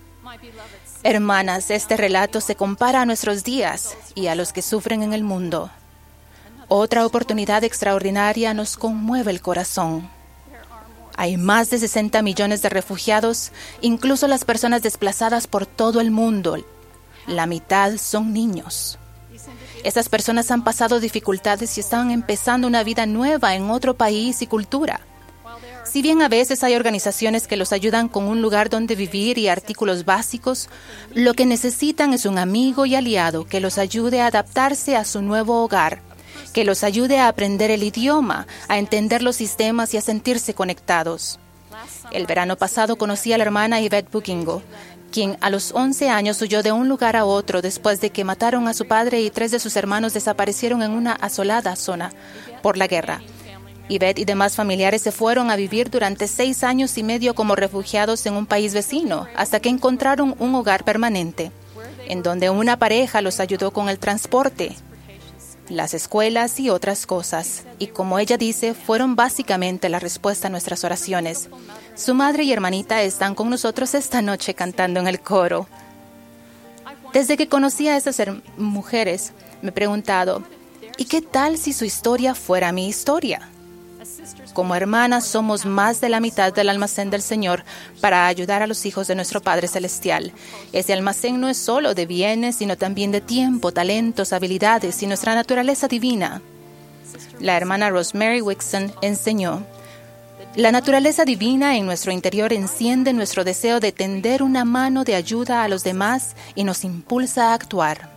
Hermanas, este relato se compara a nuestros días y a los que sufren en el mundo. Otra oportunidad extraordinaria nos conmueve el corazón. Hay más de sesenta millones de refugiados, incluso las personas desplazadas por todo el mundo. La mitad son niños. Esas personas han pasado dificultades y están empezando una vida nueva en otro país y cultura. Si bien a veces hay organizaciones que los ayudan con un lugar donde vivir y artículos básicos, lo que necesitan es un amigo y aliado que los ayude a adaptarse a su nuevo hogar, que los ayude a aprender el idioma, a entender los sistemas y a sentirse conectados. El verano pasado conocí a la hermana Yvette Bugingo, quien a los once años huyó de un lugar a otro después de que mataron a su padre y tres de sus hermanos desaparecieron en una asolada zona por la guerra. Yvette y demás familiares se fueron a vivir durante seis años y medio como refugiados en un país vecino, hasta que encontraron un hogar permanente, en donde una pareja los ayudó con el transporte, las escuelas y otras cosas, y como ella dice, fueron básicamente la respuesta a nuestras oraciones. Su madre y hermanita están con nosotros esta noche cantando en el coro. Desde que conocí a esas mujeres, me he preguntado, ¿y qué tal si su historia fuera mi historia? Como hermanas somos más de la mitad del almacén del Señor para ayudar a los hijos de nuestro Padre Celestial. Ese almacén no es solo de bienes, sino también de tiempo, talentos, habilidades y nuestra naturaleza divina. La hermana Rosemary Wixon enseñó, la naturaleza divina en nuestro interior enciende nuestro deseo de tender una mano de ayuda a los demás y nos impulsa a actuar.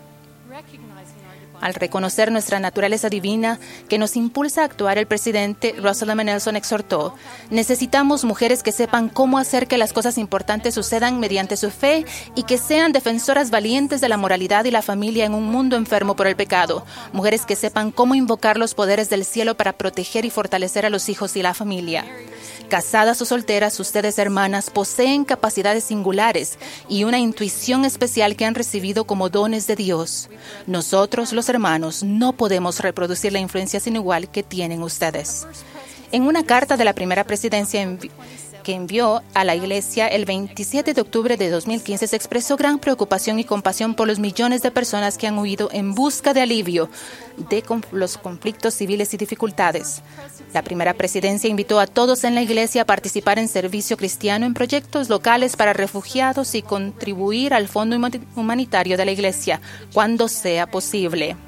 Al reconocer nuestra naturaleza divina que nos impulsa a actuar, el presidente Russell M. Nelson exhortó, necesitamos mujeres que sepan cómo hacer que las cosas importantes sucedan mediante su fe y que sean defensoras valientes de la moralidad y la familia en un mundo enfermo por el pecado. Mujeres que sepan cómo invocar los poderes del cielo para proteger y fortalecer a los hijos y la familia. Casadas o solteras, ustedes hermanas poseen capacidades singulares y una intuición especial que han recibido como dones de Dios. Nosotros, los hermanos, no podemos reproducir la influencia sin igual que tienen ustedes. En una carta de la primera presidencia que envió a la Iglesia el veintisiete de octubre de dos mil quince, se expresó gran preocupación y compasión por los millones de personas que han huido en busca de alivio de los conflictos civiles y dificultades. La primera presidencia invitó a todos en la Iglesia a participar en servicio cristiano en proyectos locales para refugiados y contribuir al fondo humanitario de la Iglesia cuando sea posible.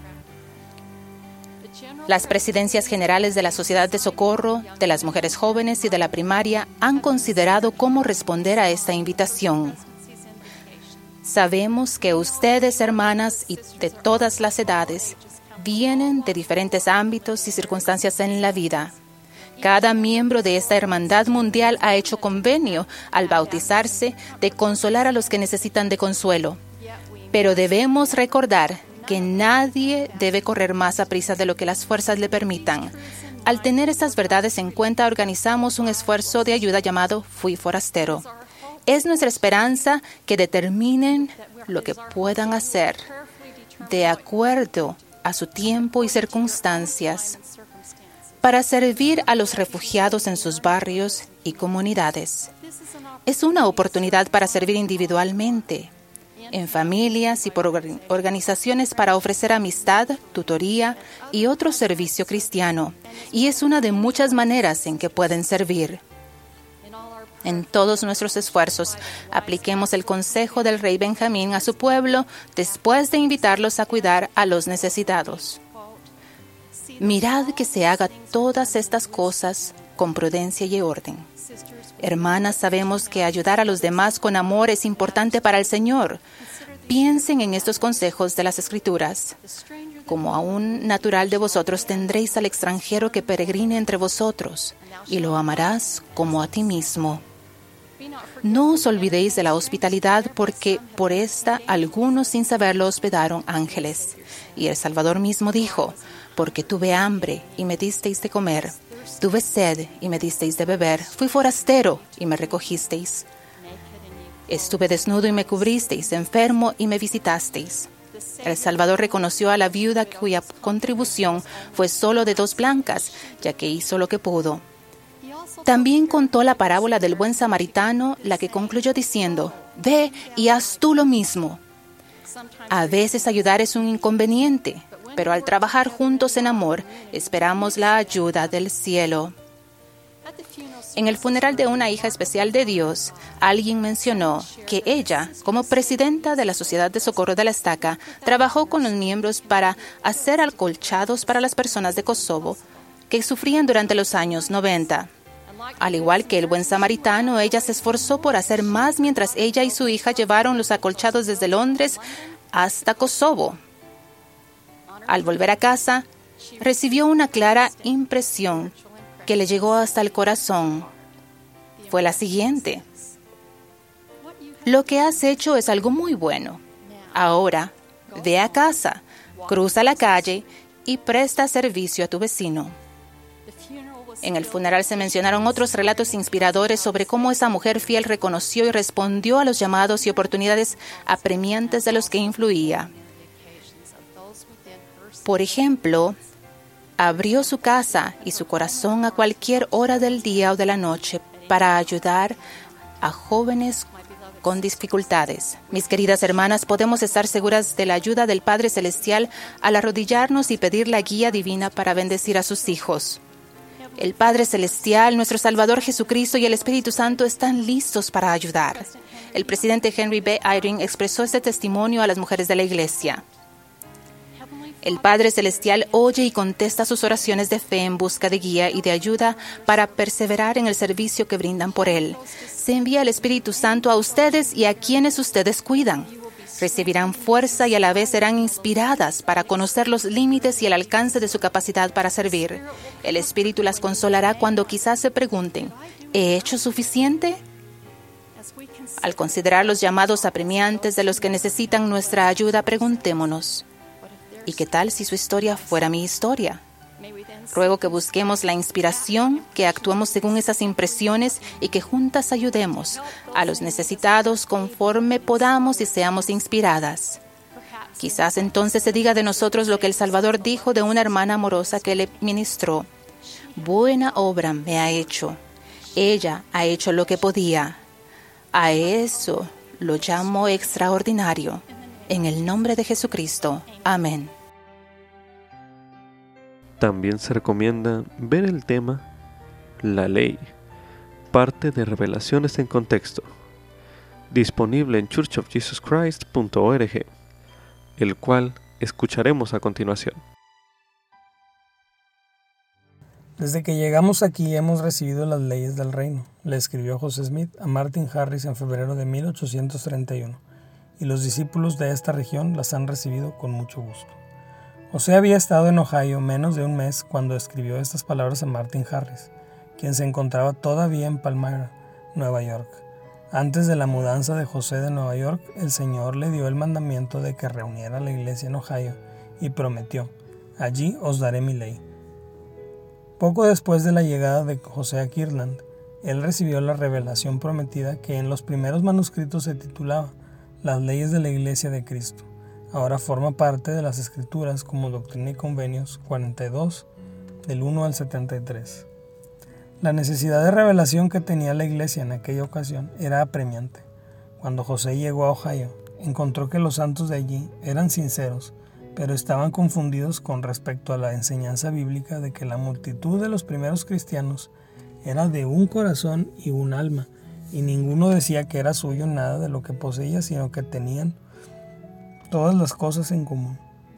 Las presidencias generales de la Sociedad de Socorro, de las Mujeres Jóvenes y de la Primaria han considerado cómo responder a esta invitación. Sabemos que ustedes, hermanas, y de todas las edades, vienen de diferentes ámbitos y circunstancias en la vida. Cada miembro de esta hermandad mundial ha hecho convenio al bautizarse de consolar a los que necesitan de consuelo. Pero debemos recordar que nadie debe correr más a prisa de lo que las fuerzas le permitan. Al tener estas verdades en cuenta, organizamos un esfuerzo de ayuda llamado Fui Forastero. Es nuestra esperanza que determinen lo que puedan hacer de acuerdo a su tiempo y circunstancias para servir a los refugiados en sus barrios y comunidades. Es una oportunidad para servir individualmente, en familias y por organizaciones para ofrecer amistad, tutoría y otro servicio cristiano. Y es una de muchas maneras en que pueden servir. En todos nuestros esfuerzos, apliquemos el consejo del rey Benjamín a su pueblo después de invitarlos a cuidar a los necesitados. Mirad que se haga todas estas cosas con prudencia y orden. Hermanas, sabemos que ayudar a los demás con amor es importante para el Señor. Piensen en estos consejos de las Escrituras. Como a un natural de vosotros tendréis al extranjero que peregrine entre vosotros, y lo amarás como a ti mismo. No os olvidéis de la hospitalidad, porque por esta algunos sin saberlo hospedaron ángeles. Y el Salvador mismo dijo: porque tuve hambre y me disteis de comer, tuve sed y me disteis de beber, fui forastero y me recogisteis. Estuve desnudo y me cubristeis, enfermo y me visitasteis. El Salvador reconoció a la viuda cuya contribución fue solo de dos blancas, ya que hizo lo que pudo. También contó la parábola del buen samaritano, la que concluyó diciendo: ve y haz tú lo mismo. A veces ayudar es un inconveniente, pero al trabajar juntos en amor, esperamos la ayuda del cielo. En el funeral de una hija especial de Dios, alguien mencionó que ella, como presidenta de la Sociedad de Socorro de la Estaca, trabajó con los miembros para hacer acolchados para las personas de Kosovo que sufrían durante los años noventa. Al igual que el buen samaritano, ella se esforzó por hacer más mientras ella y su hija llevaron los acolchados desde Londres hasta Kosovo. Al volver a casa, recibió una clara impresión que le llegó hasta el corazón. Fue la siguiente: lo que has hecho es algo muy bueno. Ahora, ve a casa, cruza la calle y presta servicio a tu vecino. En el funeral se mencionaron otros relatos inspiradores sobre cómo esa mujer fiel reconoció y respondió a los llamados y oportunidades apremiantes de los que influía. Por ejemplo, abrió su casa y su corazón a cualquier hora del día o de la noche para ayudar a jóvenes con dificultades. Mis queridas hermanas, podemos estar seguras de la ayuda del Padre Celestial al arrodillarnos y pedir la guía divina para bendecir a sus hijos. El Padre Celestial, nuestro Salvador Jesucristo y el Espíritu Santo están listos para ayudar. El presidente Henry B. Eyring expresó este testimonio a las mujeres de la Iglesia. El Padre Celestial oye y contesta sus oraciones de fe en busca de guía y de ayuda para perseverar en el servicio que brindan por Él. Se envía el Espíritu Santo a ustedes y a quienes ustedes cuidan. Recibirán fuerza y a la vez serán inspiradas para conocer los límites y el alcance de su capacidad para servir. El Espíritu las consolará cuando quizás se pregunten: ¿he hecho suficiente? Al considerar los llamados apremiantes de los que necesitan nuestra ayuda, preguntémonos: ¿y qué tal si su historia fuera mi historia? Ruego que busquemos la inspiración, que actuemos según esas impresiones y que juntas ayudemos a los necesitados conforme podamos y seamos inspiradas. Quizás entonces se diga de nosotros lo que el Salvador dijo de una hermana amorosa que le ministró: buena obra me ha hecho. Ella ha hecho lo que podía. A eso lo llamo extraordinario. En el nombre de Jesucristo. Amén. También se recomienda ver el tema La Ley, parte de Revelaciones en Contexto, disponible en church of jesus christ punto org, el cual escucharemos a continuación. Desde que llegamos aquí hemos recibido las leyes del reino, le escribió José Smith a Martin Harris en febrero de mil ochocientos treinta y uno, y los discípulos de esta región las han recibido con mucho gusto. José había estado en Ohio menos de un mes cuando escribió estas palabras a Martin Harris, quien se encontraba todavía en Palmyra, Nueva York. Antes de la mudanza de José de Nueva York, el Señor le dio el mandamiento de que reuniera a la iglesia en Ohio y prometió: allí os daré mi ley. Poco después de la llegada de José a Kirtland, él recibió la revelación prometida que en los primeros manuscritos se titulaba Las leyes de la Iglesia de Cristo. Ahora forma parte de las Escrituras como Doctrina y Convenios cuarenta y dos, del uno al setenta y tres. La necesidad de revelación que tenía la iglesia en aquella ocasión era apremiante. Cuando José llegó a Ohio, encontró que los santos de allí eran sinceros, pero estaban confundidos con respecto a la enseñanza bíblica de que la multitud de los primeros cristianos era de un corazón y un alma, y ninguno decía que era suyo nada de lo que poseía, sino que tenían todas las cosas en común.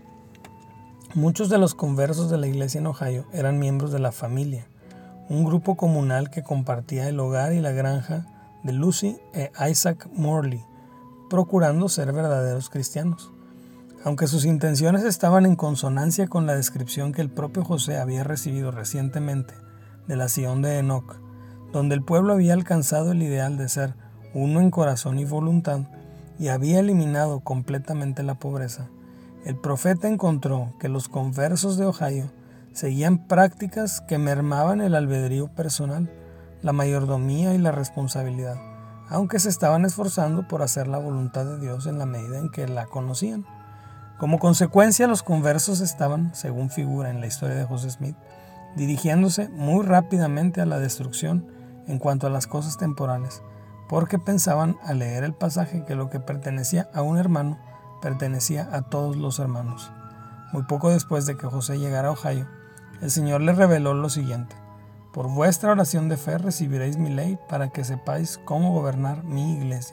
Muchos de los conversos de la iglesia en Ohio eran miembros de la familia, un grupo comunal que compartía el hogar y la granja de Lucy e Isaac Morley, procurando ser verdaderos cristianos. Aunque sus intenciones estaban en consonancia con la descripción que el propio José había recibido recientemente de la Sion de Enoc, donde el pueblo había alcanzado el ideal de ser uno en corazón y voluntad y había eliminado completamente la pobreza, el profeta encontró que los conversos de Ohio seguían prácticas que mermaban el albedrío personal, la mayordomía y la responsabilidad, aunque se estaban esforzando por hacer la voluntad de Dios en la medida en que la conocían. Como consecuencia, los conversos estaban, según figura en la historia de José Smith, dirigiéndose muy rápidamente a la destrucción en cuanto a las cosas temporales, porque pensaban al leer el pasaje que lo que pertenecía a un hermano pertenecía a todos los hermanos. Muy poco después de que José llegara a Ohio, el Señor le reveló lo siguiente: por vuestra oración de fe recibiréis mi ley para que sepáis cómo gobernar mi iglesia.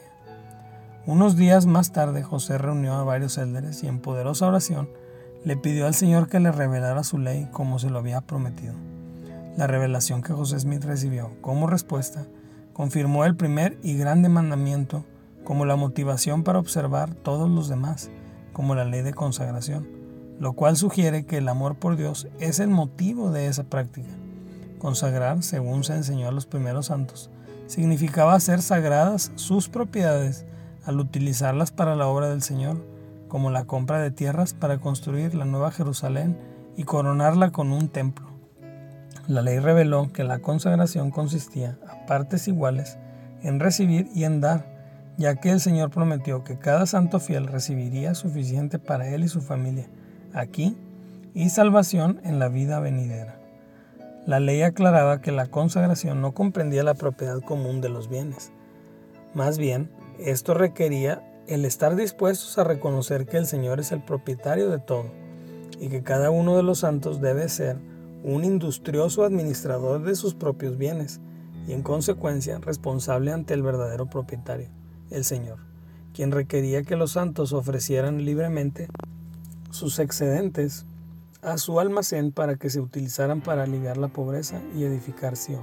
Unos días más tarde, José reunió a varios élderes y en poderosa oración le pidió al Señor que le revelara su ley como se lo había prometido. La revelación que José Smith recibió como respuesta confirmó el primer y grande mandamiento como la motivación para observar todos los demás, como la ley de consagración, lo cual sugiere que el amor por Dios es el motivo de esa práctica. Consagrar, según se enseñó a los primeros santos, significaba hacer sagradas sus propiedades al utilizarlas para la obra del Señor, como la compra de tierras para construir la Nueva Jerusalén y coronarla con un templo. La ley reveló que la consagración consistía, a partes iguales, en recibir y en dar, ya que el Señor prometió que cada santo fiel recibiría suficiente para él y su familia, aquí, y salvación en la vida venidera. La ley aclaraba que la consagración no comprendía la propiedad común de los bienes. Más bien, esto requería el estar dispuestos a reconocer que el Señor es el propietario de todo y que cada uno de los santos debe ser un industrioso administrador de sus propios bienes y en consecuencia responsable ante el verdadero propietario, el Señor, quien requería que los santos ofrecieran libremente sus excedentes a su almacén para que se utilizaran para aliviar la pobreza y edificar Sion.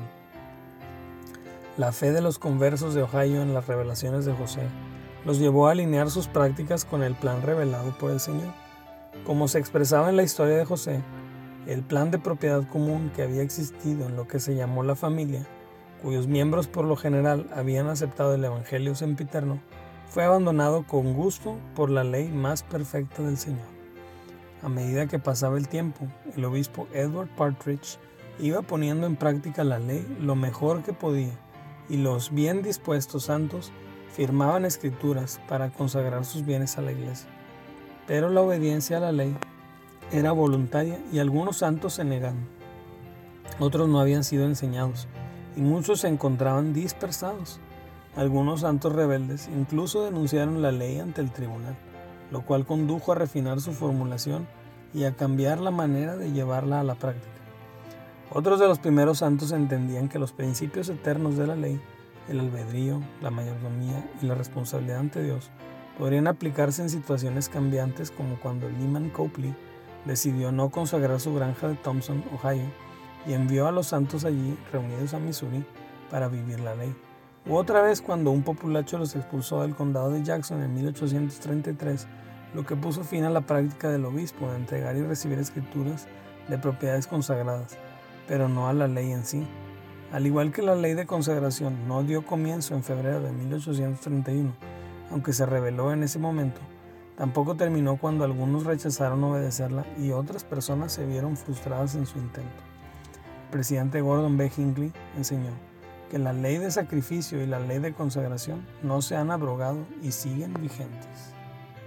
La fe de los conversos de Ohio en las revelaciones de José los llevó a alinear sus prácticas con el plan revelado por el Señor. Como se expresaba en la historia de José, el plan de propiedad común que había existido en lo que se llamó la familia, cuyos miembros por lo general habían aceptado el evangelio sempiterno, fue abandonado con gusto por la ley más perfecta del Señor. A medida que pasaba el tiempo, el obispo Edward Partridge iba poniendo en práctica la ley lo mejor que podía, y los bien dispuestos santos firmaban escrituras para consagrar sus bienes a la iglesia. Pero la obediencia a la ley era voluntaria y algunos santos se negaron. Otros no habían sido enseñados y muchos se encontraban dispersados. Algunos santos rebeldes incluso denunciaron la ley ante el tribunal, lo cual condujo a refinar su formulación y a cambiar la manera de llevarla a la práctica. Otros de los primeros santos entendían que los principios eternos de la ley, el albedrío, la mayordomía y la responsabilidad ante Dios, podrían aplicarse en situaciones cambiantes, como cuando Lyman Copley decidió no consagrar su granja de Thompson, Ohio, y envió a los santos allí reunidos a Missouri para vivir la ley. U otra vez cuando un populacho los expulsó del condado de Jackson en mil ochocientos treinta y tres, lo que puso fin a la práctica del obispo de entregar y recibir escrituras de propiedades consagradas, pero no a la ley en sí. Al igual que la ley de consagración no dio comienzo en febrero de mil ochocientos treinta y uno, aunque se reveló en ese momento, tampoco terminó cuando algunos rechazaron obedecerla y otras personas se vieron frustradas en su intento. El presidente Gordon B. Hinckley enseñó que la ley de sacrificio y la ley de consagración no se han abrogado y siguen vigentes.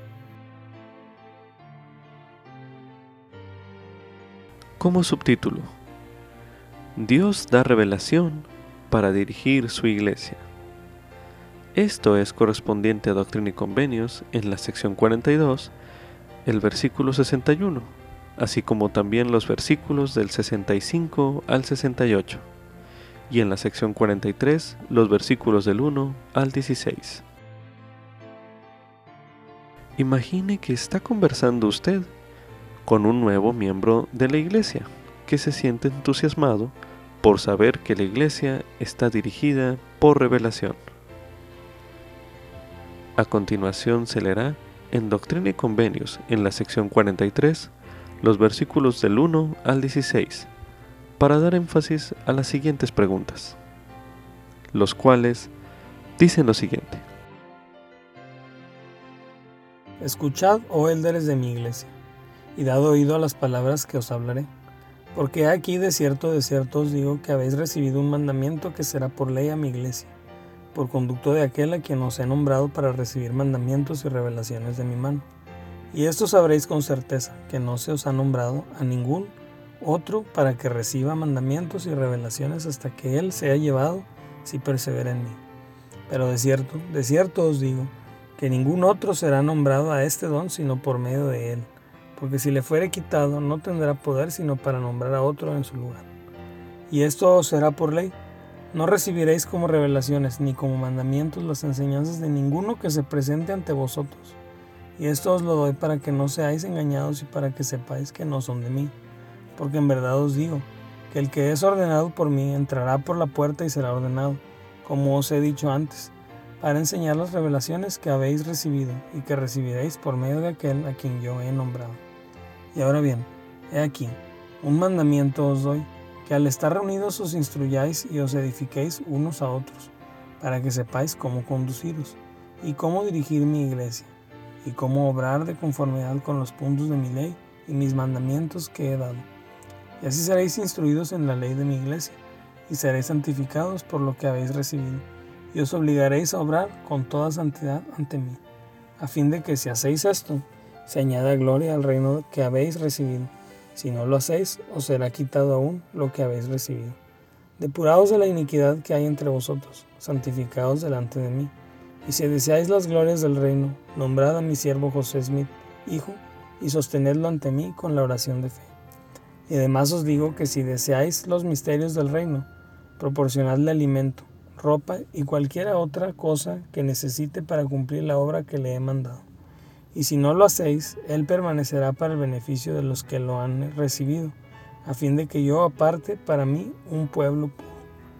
Como subtítulo: Dios da revelación para dirigir su iglesia. Esto es correspondiente a Doctrina y Convenios en la sección cuarenta y dos, el versículo sesenta y uno, así como también los versículos del sesenta y cinco al sesenta y ocho, y en la sección cuarenta y tres los versículos del uno al dieciséis. Imagine que está conversando usted con un nuevo miembro de la iglesia que se siente entusiasmado por saber que la iglesia está dirigida por revelación. A continuación se leerá en Doctrina y Convenios en la sección cuarenta y tres los versículos del uno al dieciséis para dar énfasis a las siguientes preguntas, los cuales dicen lo siguiente: Escuchad, oh élderes de mi iglesia, y dad oído a las palabras que os hablaré. Porque aquí de cierto, de cierto os digo que habéis recibido un mandamiento que será por ley a mi iglesia, por conducto de aquel a quien os he nombrado para recibir mandamientos y revelaciones de mi mano. Y esto sabréis con certeza, que no se os ha nombrado a ningún otro para que reciba mandamientos y revelaciones hasta que él sea llevado, si persevera en mí. Pero de cierto, de cierto os digo, que ningún otro será nombrado a este don sino por medio de él. Porque si le fuere quitado, no tendrá poder sino para nombrar a otro en su lugar. Y esto os será por ley: no recibiréis como revelaciones ni como mandamientos las enseñanzas de ninguno que se presente ante vosotros. Y esto os lo doy para que no seáis engañados y para que sepáis que no son de mí. Porque en verdad os digo, que el que es ordenado por mí entrará por la puerta y será ordenado, como os he dicho antes, para enseñar las revelaciones que habéis recibido y que recibiréis por medio de aquel a quien yo he nombrado. Y ahora bien, he aquí, un mandamiento os doy, que al estar reunidos os instruyáis y os edifiquéis unos a otros, para que sepáis cómo conduciros, y cómo dirigir mi iglesia, y cómo obrar de conformidad con los puntos de mi ley y mis mandamientos que he dado. Y así seréis instruidos en la ley de mi iglesia, y seréis santificados por lo que habéis recibido, y os obligaréis a obrar con toda santidad ante mí, a fin de que si hacéis esto, se añada gloria al reino que habéis recibido. Si no lo hacéis, os será quitado aún lo que habéis recibido. Depuraos de la iniquidad que hay entre vosotros, santificaos delante de mí. Y si deseáis las glorias del reino, nombrad a mi siervo José Smith, hijo, y sostenedlo ante mí con la oración de fe. Y además os digo que si deseáis los misterios del reino, proporcionadle alimento, ropa y cualquiera otra cosa que necesite para cumplir la obra que le he mandado. Y si no lo hacéis, él permanecerá para el beneficio de los que lo han recibido, a fin de que yo aparte para mí un pueblo puro.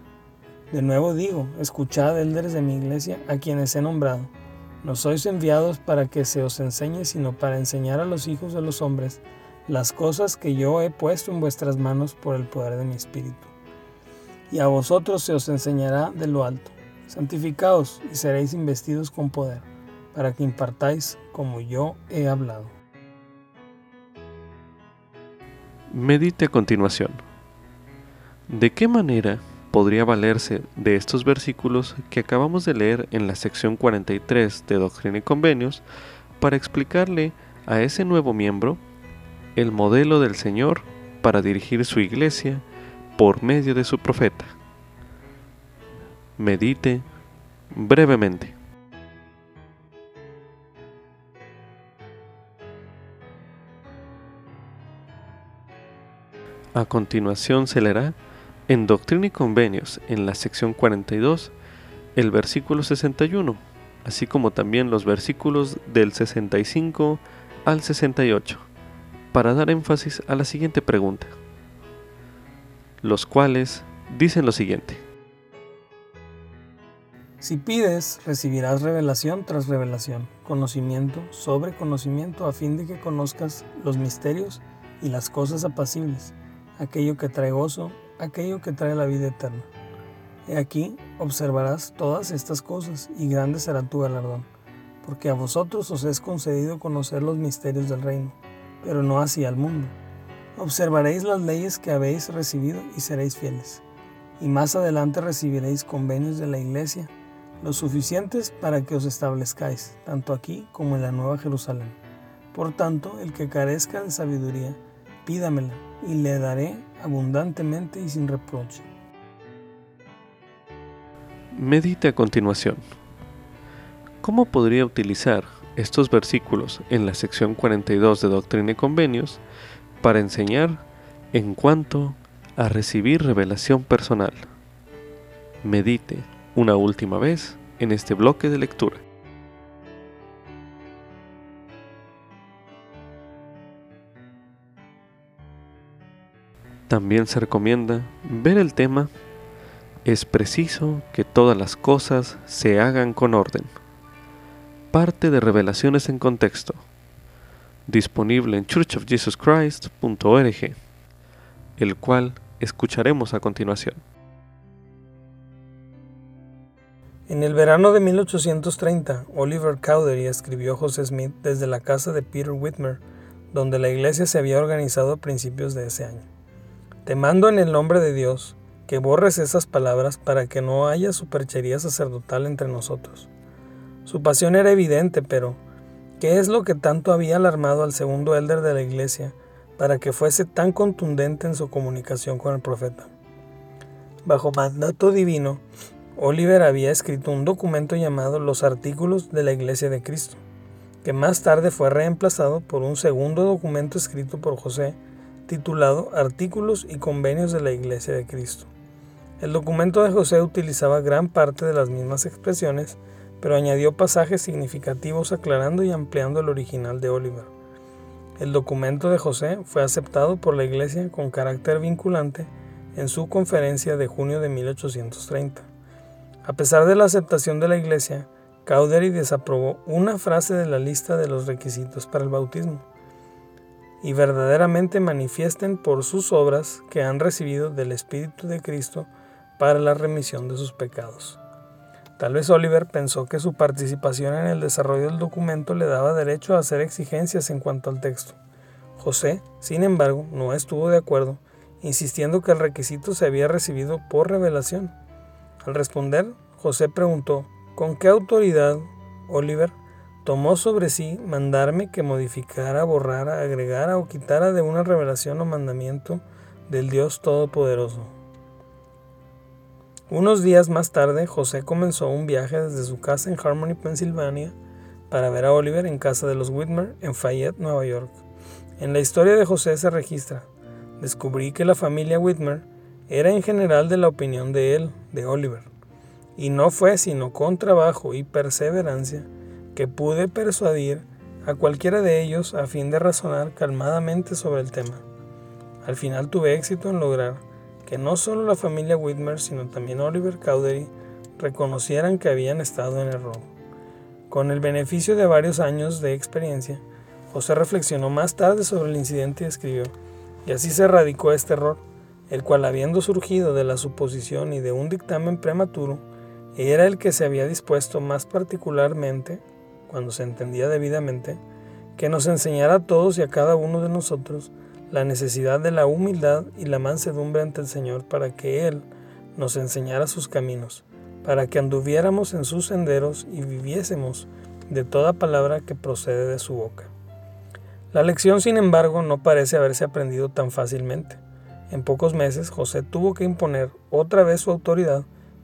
De nuevo digo, escuchad, élderes de mi iglesia, a quienes he nombrado. No sois enviados para que se os enseñe, sino para enseñar a los hijos de los hombres las cosas que yo he puesto en vuestras manos por el poder de mi espíritu. Y a vosotros se os enseñará de lo alto. Santificaos y seréis investidos con poder, para que impartáis como yo he hablado. Medite a continuación. ¿De qué manera podría valerse de estos versículos que acabamos de leer en la sección cuarenta y tres de Doctrina y Convenios para explicarle a ese nuevo miembro el modelo del Señor para dirigir su iglesia por medio de su profeta? medite brevemente. A continuación se leerá en Doctrina y Convenios, en la sección cuarenta y dos, el versículo sesenta y uno, así como también los versículos del sesenta y cinco al sesenta y ocho, para dar énfasis a la siguiente pregunta, los cuales dicen lo siguiente. Si pides, recibirás revelación tras revelación, conocimiento sobre conocimiento, a fin de que conozcas los misterios y las cosas apacibles, aquello que trae gozo, aquello que trae la vida eterna. He aquí, observarás todas estas cosas, y grande será tu galardón, porque a vosotros os es concedido conocer los misterios del reino, pero no así al mundo. Observaréis las leyes que habéis recibido y seréis fieles. Y más adelante recibiréis convenios de la iglesia, lo suficientes para que os establezcáis, tanto aquí como en la Nueva Jerusalén. Por tanto, el que carezca de sabiduría, pídamela, y le daré abundantemente y sin reproche. Medite a continuación. ¿Cómo podría utilizar estos versículos en la sección cuarenta y dos de Doctrina y Convenios para enseñar en cuanto a recibir revelación personal? Medite una última vez en este bloque de lectura. También se recomienda ver el tema "Es preciso que todas las cosas se hagan con orden". Parte de Revelaciones en Contexto, disponible en church of jesus christ punto org, el cual escucharemos a continuación. En el verano de mil ochocientos treinta, Oliver Cowdery escribió a José Smith desde la casa de Peter Whitmer, donde la iglesia se había organizado a principios de ese año. Te mando en el nombre de Dios que borres esas palabras para que no haya superchería sacerdotal entre nosotros. Su pasión era evidente, pero ¿qué es lo que tanto había alarmado al segundo elder de la iglesia para que fuese tan contundente en su comunicación con el profeta? Bajo mandato divino, Oliver había escrito un documento llamado Los Artículos de la Iglesia de Cristo, que más tarde fue reemplazado por un segundo documento escrito por José, titulado Artículos y Convenios de la Iglesia de Cristo. El documento de José utilizaba gran parte de las mismas expresiones, pero añadió pasajes significativos aclarando y ampliando el original de Oliver. El documento de José fue aceptado por la Iglesia con carácter vinculante en su conferencia de junio de mil ochocientos treinta. A pesar de la aceptación de la Iglesia, Cowdery desaprobó una frase de la lista de los requisitos para el bautismo: y verdaderamente manifiesten por sus obras que han recibido del Espíritu de Cristo para la remisión de sus pecados. Tal vez Oliver pensó que su participación en el desarrollo del documento le daba derecho a hacer exigencias en cuanto al texto. José, sin embargo, no estuvo de acuerdo, insistiendo que el requisito se había recibido por revelación. Al responder, José preguntó: ¿con qué autoridad, Oliver, tomó sobre sí mandarme que modificara, borrara, agregara o quitara de una revelación o mandamiento del Dios Todopoderoso? Unos días más tarde, José comenzó un viaje desde su casa en Harmony, Pensilvania, para ver a Oliver en casa de los Whitmer en Fayette, Nueva York. En la historia de José se registra: descubrí que la familia Whitmer era en general de la opinión de él, de Oliver, y no fue sino con trabajo y perseverancia que pude persuadir a cualquiera de ellos a fin de razonar calmadamente sobre el tema. Al final tuve éxito en lograr que no solo la familia Whitmer, sino también Oliver Cowdery reconocieran que habían estado en error. Con el beneficio de varios años de experiencia, José reflexionó más tarde sobre el incidente y escribió: y así se erradicó este error, el cual, habiendo surgido de la suposición y de un dictamen prematuro, era el que se había dispuesto más particularmente, cuando se entendía debidamente, que nos enseñara a todos y a cada uno de nosotros la necesidad de la humildad y la mansedumbre ante el Señor, para que Él nos enseñara sus caminos, para que anduviéramos en sus senderos y viviésemos de toda palabra que procede de su boca. La lección, sin embargo, no parece haberse aprendido tan fácilmente. En pocos meses, José tuvo que imponer otra vez su autoridad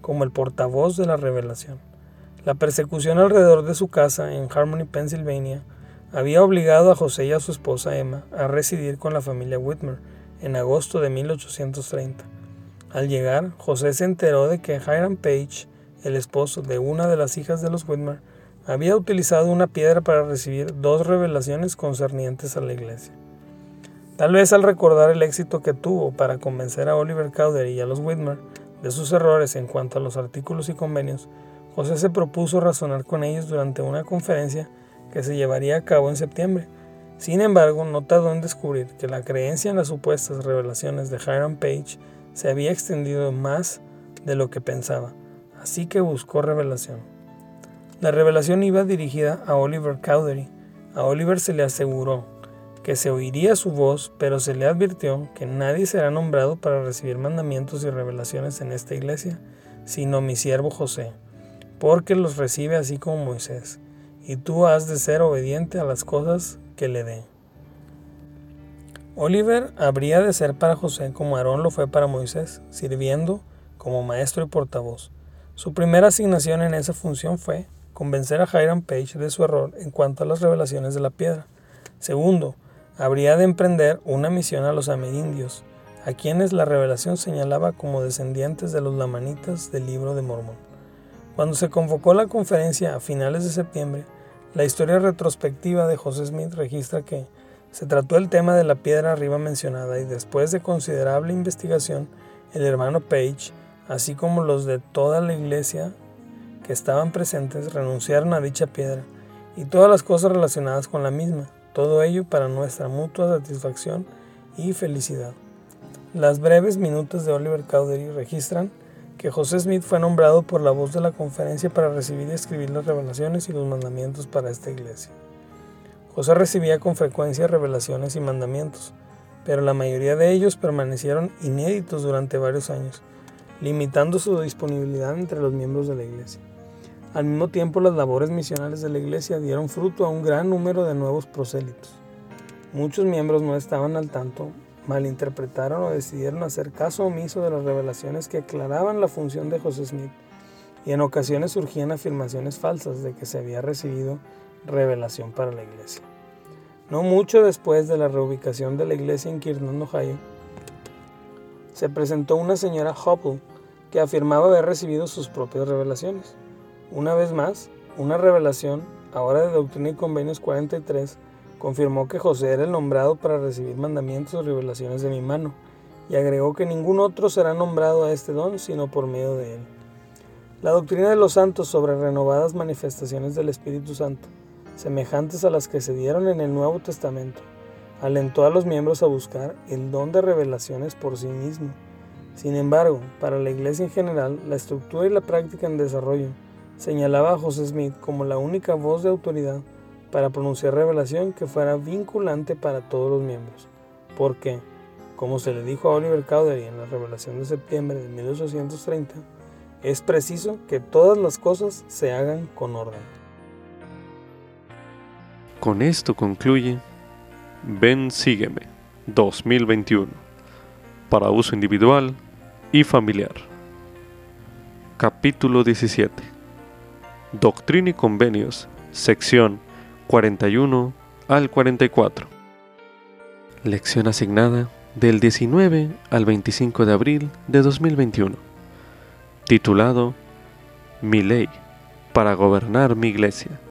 como el portavoz de la revelación. La persecución alrededor de su casa en Harmony, Pensilvania, había obligado a José y a su esposa Emma a residir con la familia Whitmer en agosto de mil ochocientos treinta. Al llegar, José se enteró de que Hiram Page, el esposo de una de las hijas de los Whitmer, había utilizado una piedra para recibir dos revelaciones concernientes a la iglesia. Tal vez al recordar el éxito que tuvo para convencer a Oliver Cowdery y a los Whitmer de sus errores en cuanto a los artículos y convenios, José se propuso razonar con ellos durante una conferencia que se llevaría a cabo en septiembre. Sin embargo, no tardó en descubrir que la creencia en las supuestas revelaciones de Hiram Page se había extendido más de lo que pensaba, así que buscó revelación. La revelación iba dirigida a Oliver Cowdery. A Oliver se le aseguró que se oiría su voz, pero se le advirtió que nadie será nombrado para recibir mandamientos y revelaciones en esta iglesia, sino mi siervo José, porque los recibe así como Moisés, y tú has de ser obediente a las cosas que le dé. Oliver habría de ser para José como Aarón lo fue para Moisés, sirviendo como maestro y portavoz. Su primera asignación en esa función fue convencer a Hiram Page de su error en cuanto a las revelaciones de la piedra. Segundo, habría de emprender una misión a los amerindios, a quienes la revelación señalaba como descendientes de los lamanitas del Libro de Mormón. Cuando se convocó la conferencia a finales de septiembre, la historia retrospectiva de José Smith registra que se trató el tema de la piedra arriba mencionada y después de considerable investigación, el hermano Page, así como los de toda la iglesia que estaban presentes, renunciaron a dicha piedra y todas las cosas relacionadas con la misma, todo ello para nuestra mutua satisfacción y felicidad. Las breves minutas de Oliver Cowdery registran que José Smith fue nombrado por la voz de la conferencia para recibir y escribir las revelaciones y los mandamientos para esta iglesia. José recibía con frecuencia revelaciones y mandamientos, pero la mayoría de ellos permanecieron inéditos durante varios años, limitando su disponibilidad entre los miembros de la iglesia. Al mismo tiempo, las labores misionales de la iglesia dieron fruto a un gran número de nuevos prosélitos. Muchos miembros no estaban al tanto, malinterpretaron o decidieron hacer caso omiso de las revelaciones que aclaraban la función de José Smith, y en ocasiones surgían afirmaciones falsas de que se había recibido revelación para la iglesia. No mucho después de la reubicación de la iglesia en Kirtland, Ohio, se presentó una señora Hopple que afirmaba haber recibido sus propias revelaciones. Una vez más, una revelación, ahora de Doctrina y Convenios cuarenta y tres, confirmó que José era el nombrado para recibir mandamientos y revelaciones de mi mano, y agregó que ningún otro será nombrado a este don sino por medio de él. La doctrina de los santos sobre renovadas manifestaciones del Espíritu Santo, semejantes a las que se dieron en el Nuevo Testamento, alentó a los miembros a buscar el don de revelaciones por sí mismo. Sin embargo, para la iglesia en general, la estructura y la práctica en desarrollo señalaba a José Smith como la única voz de autoridad para pronunciar revelación que fuera vinculante para todos los miembros, porque, como se le dijo a Oliver Cowdery en la revelación de septiembre de mil ochocientos treinta, es preciso que todas las cosas se hagan con orden. Con esto concluye Ven Sígueme dos mil veintiuno para uso individual y familiar. Capítulo diecisiete. Doctrina y Convenios, sección cuarenta y uno al cuarenta y cuatro. Lección asignada del diecinueve al veinticinco de abril de dos mil veintiuno. Titulado Mi ley para gobernar mi iglesia.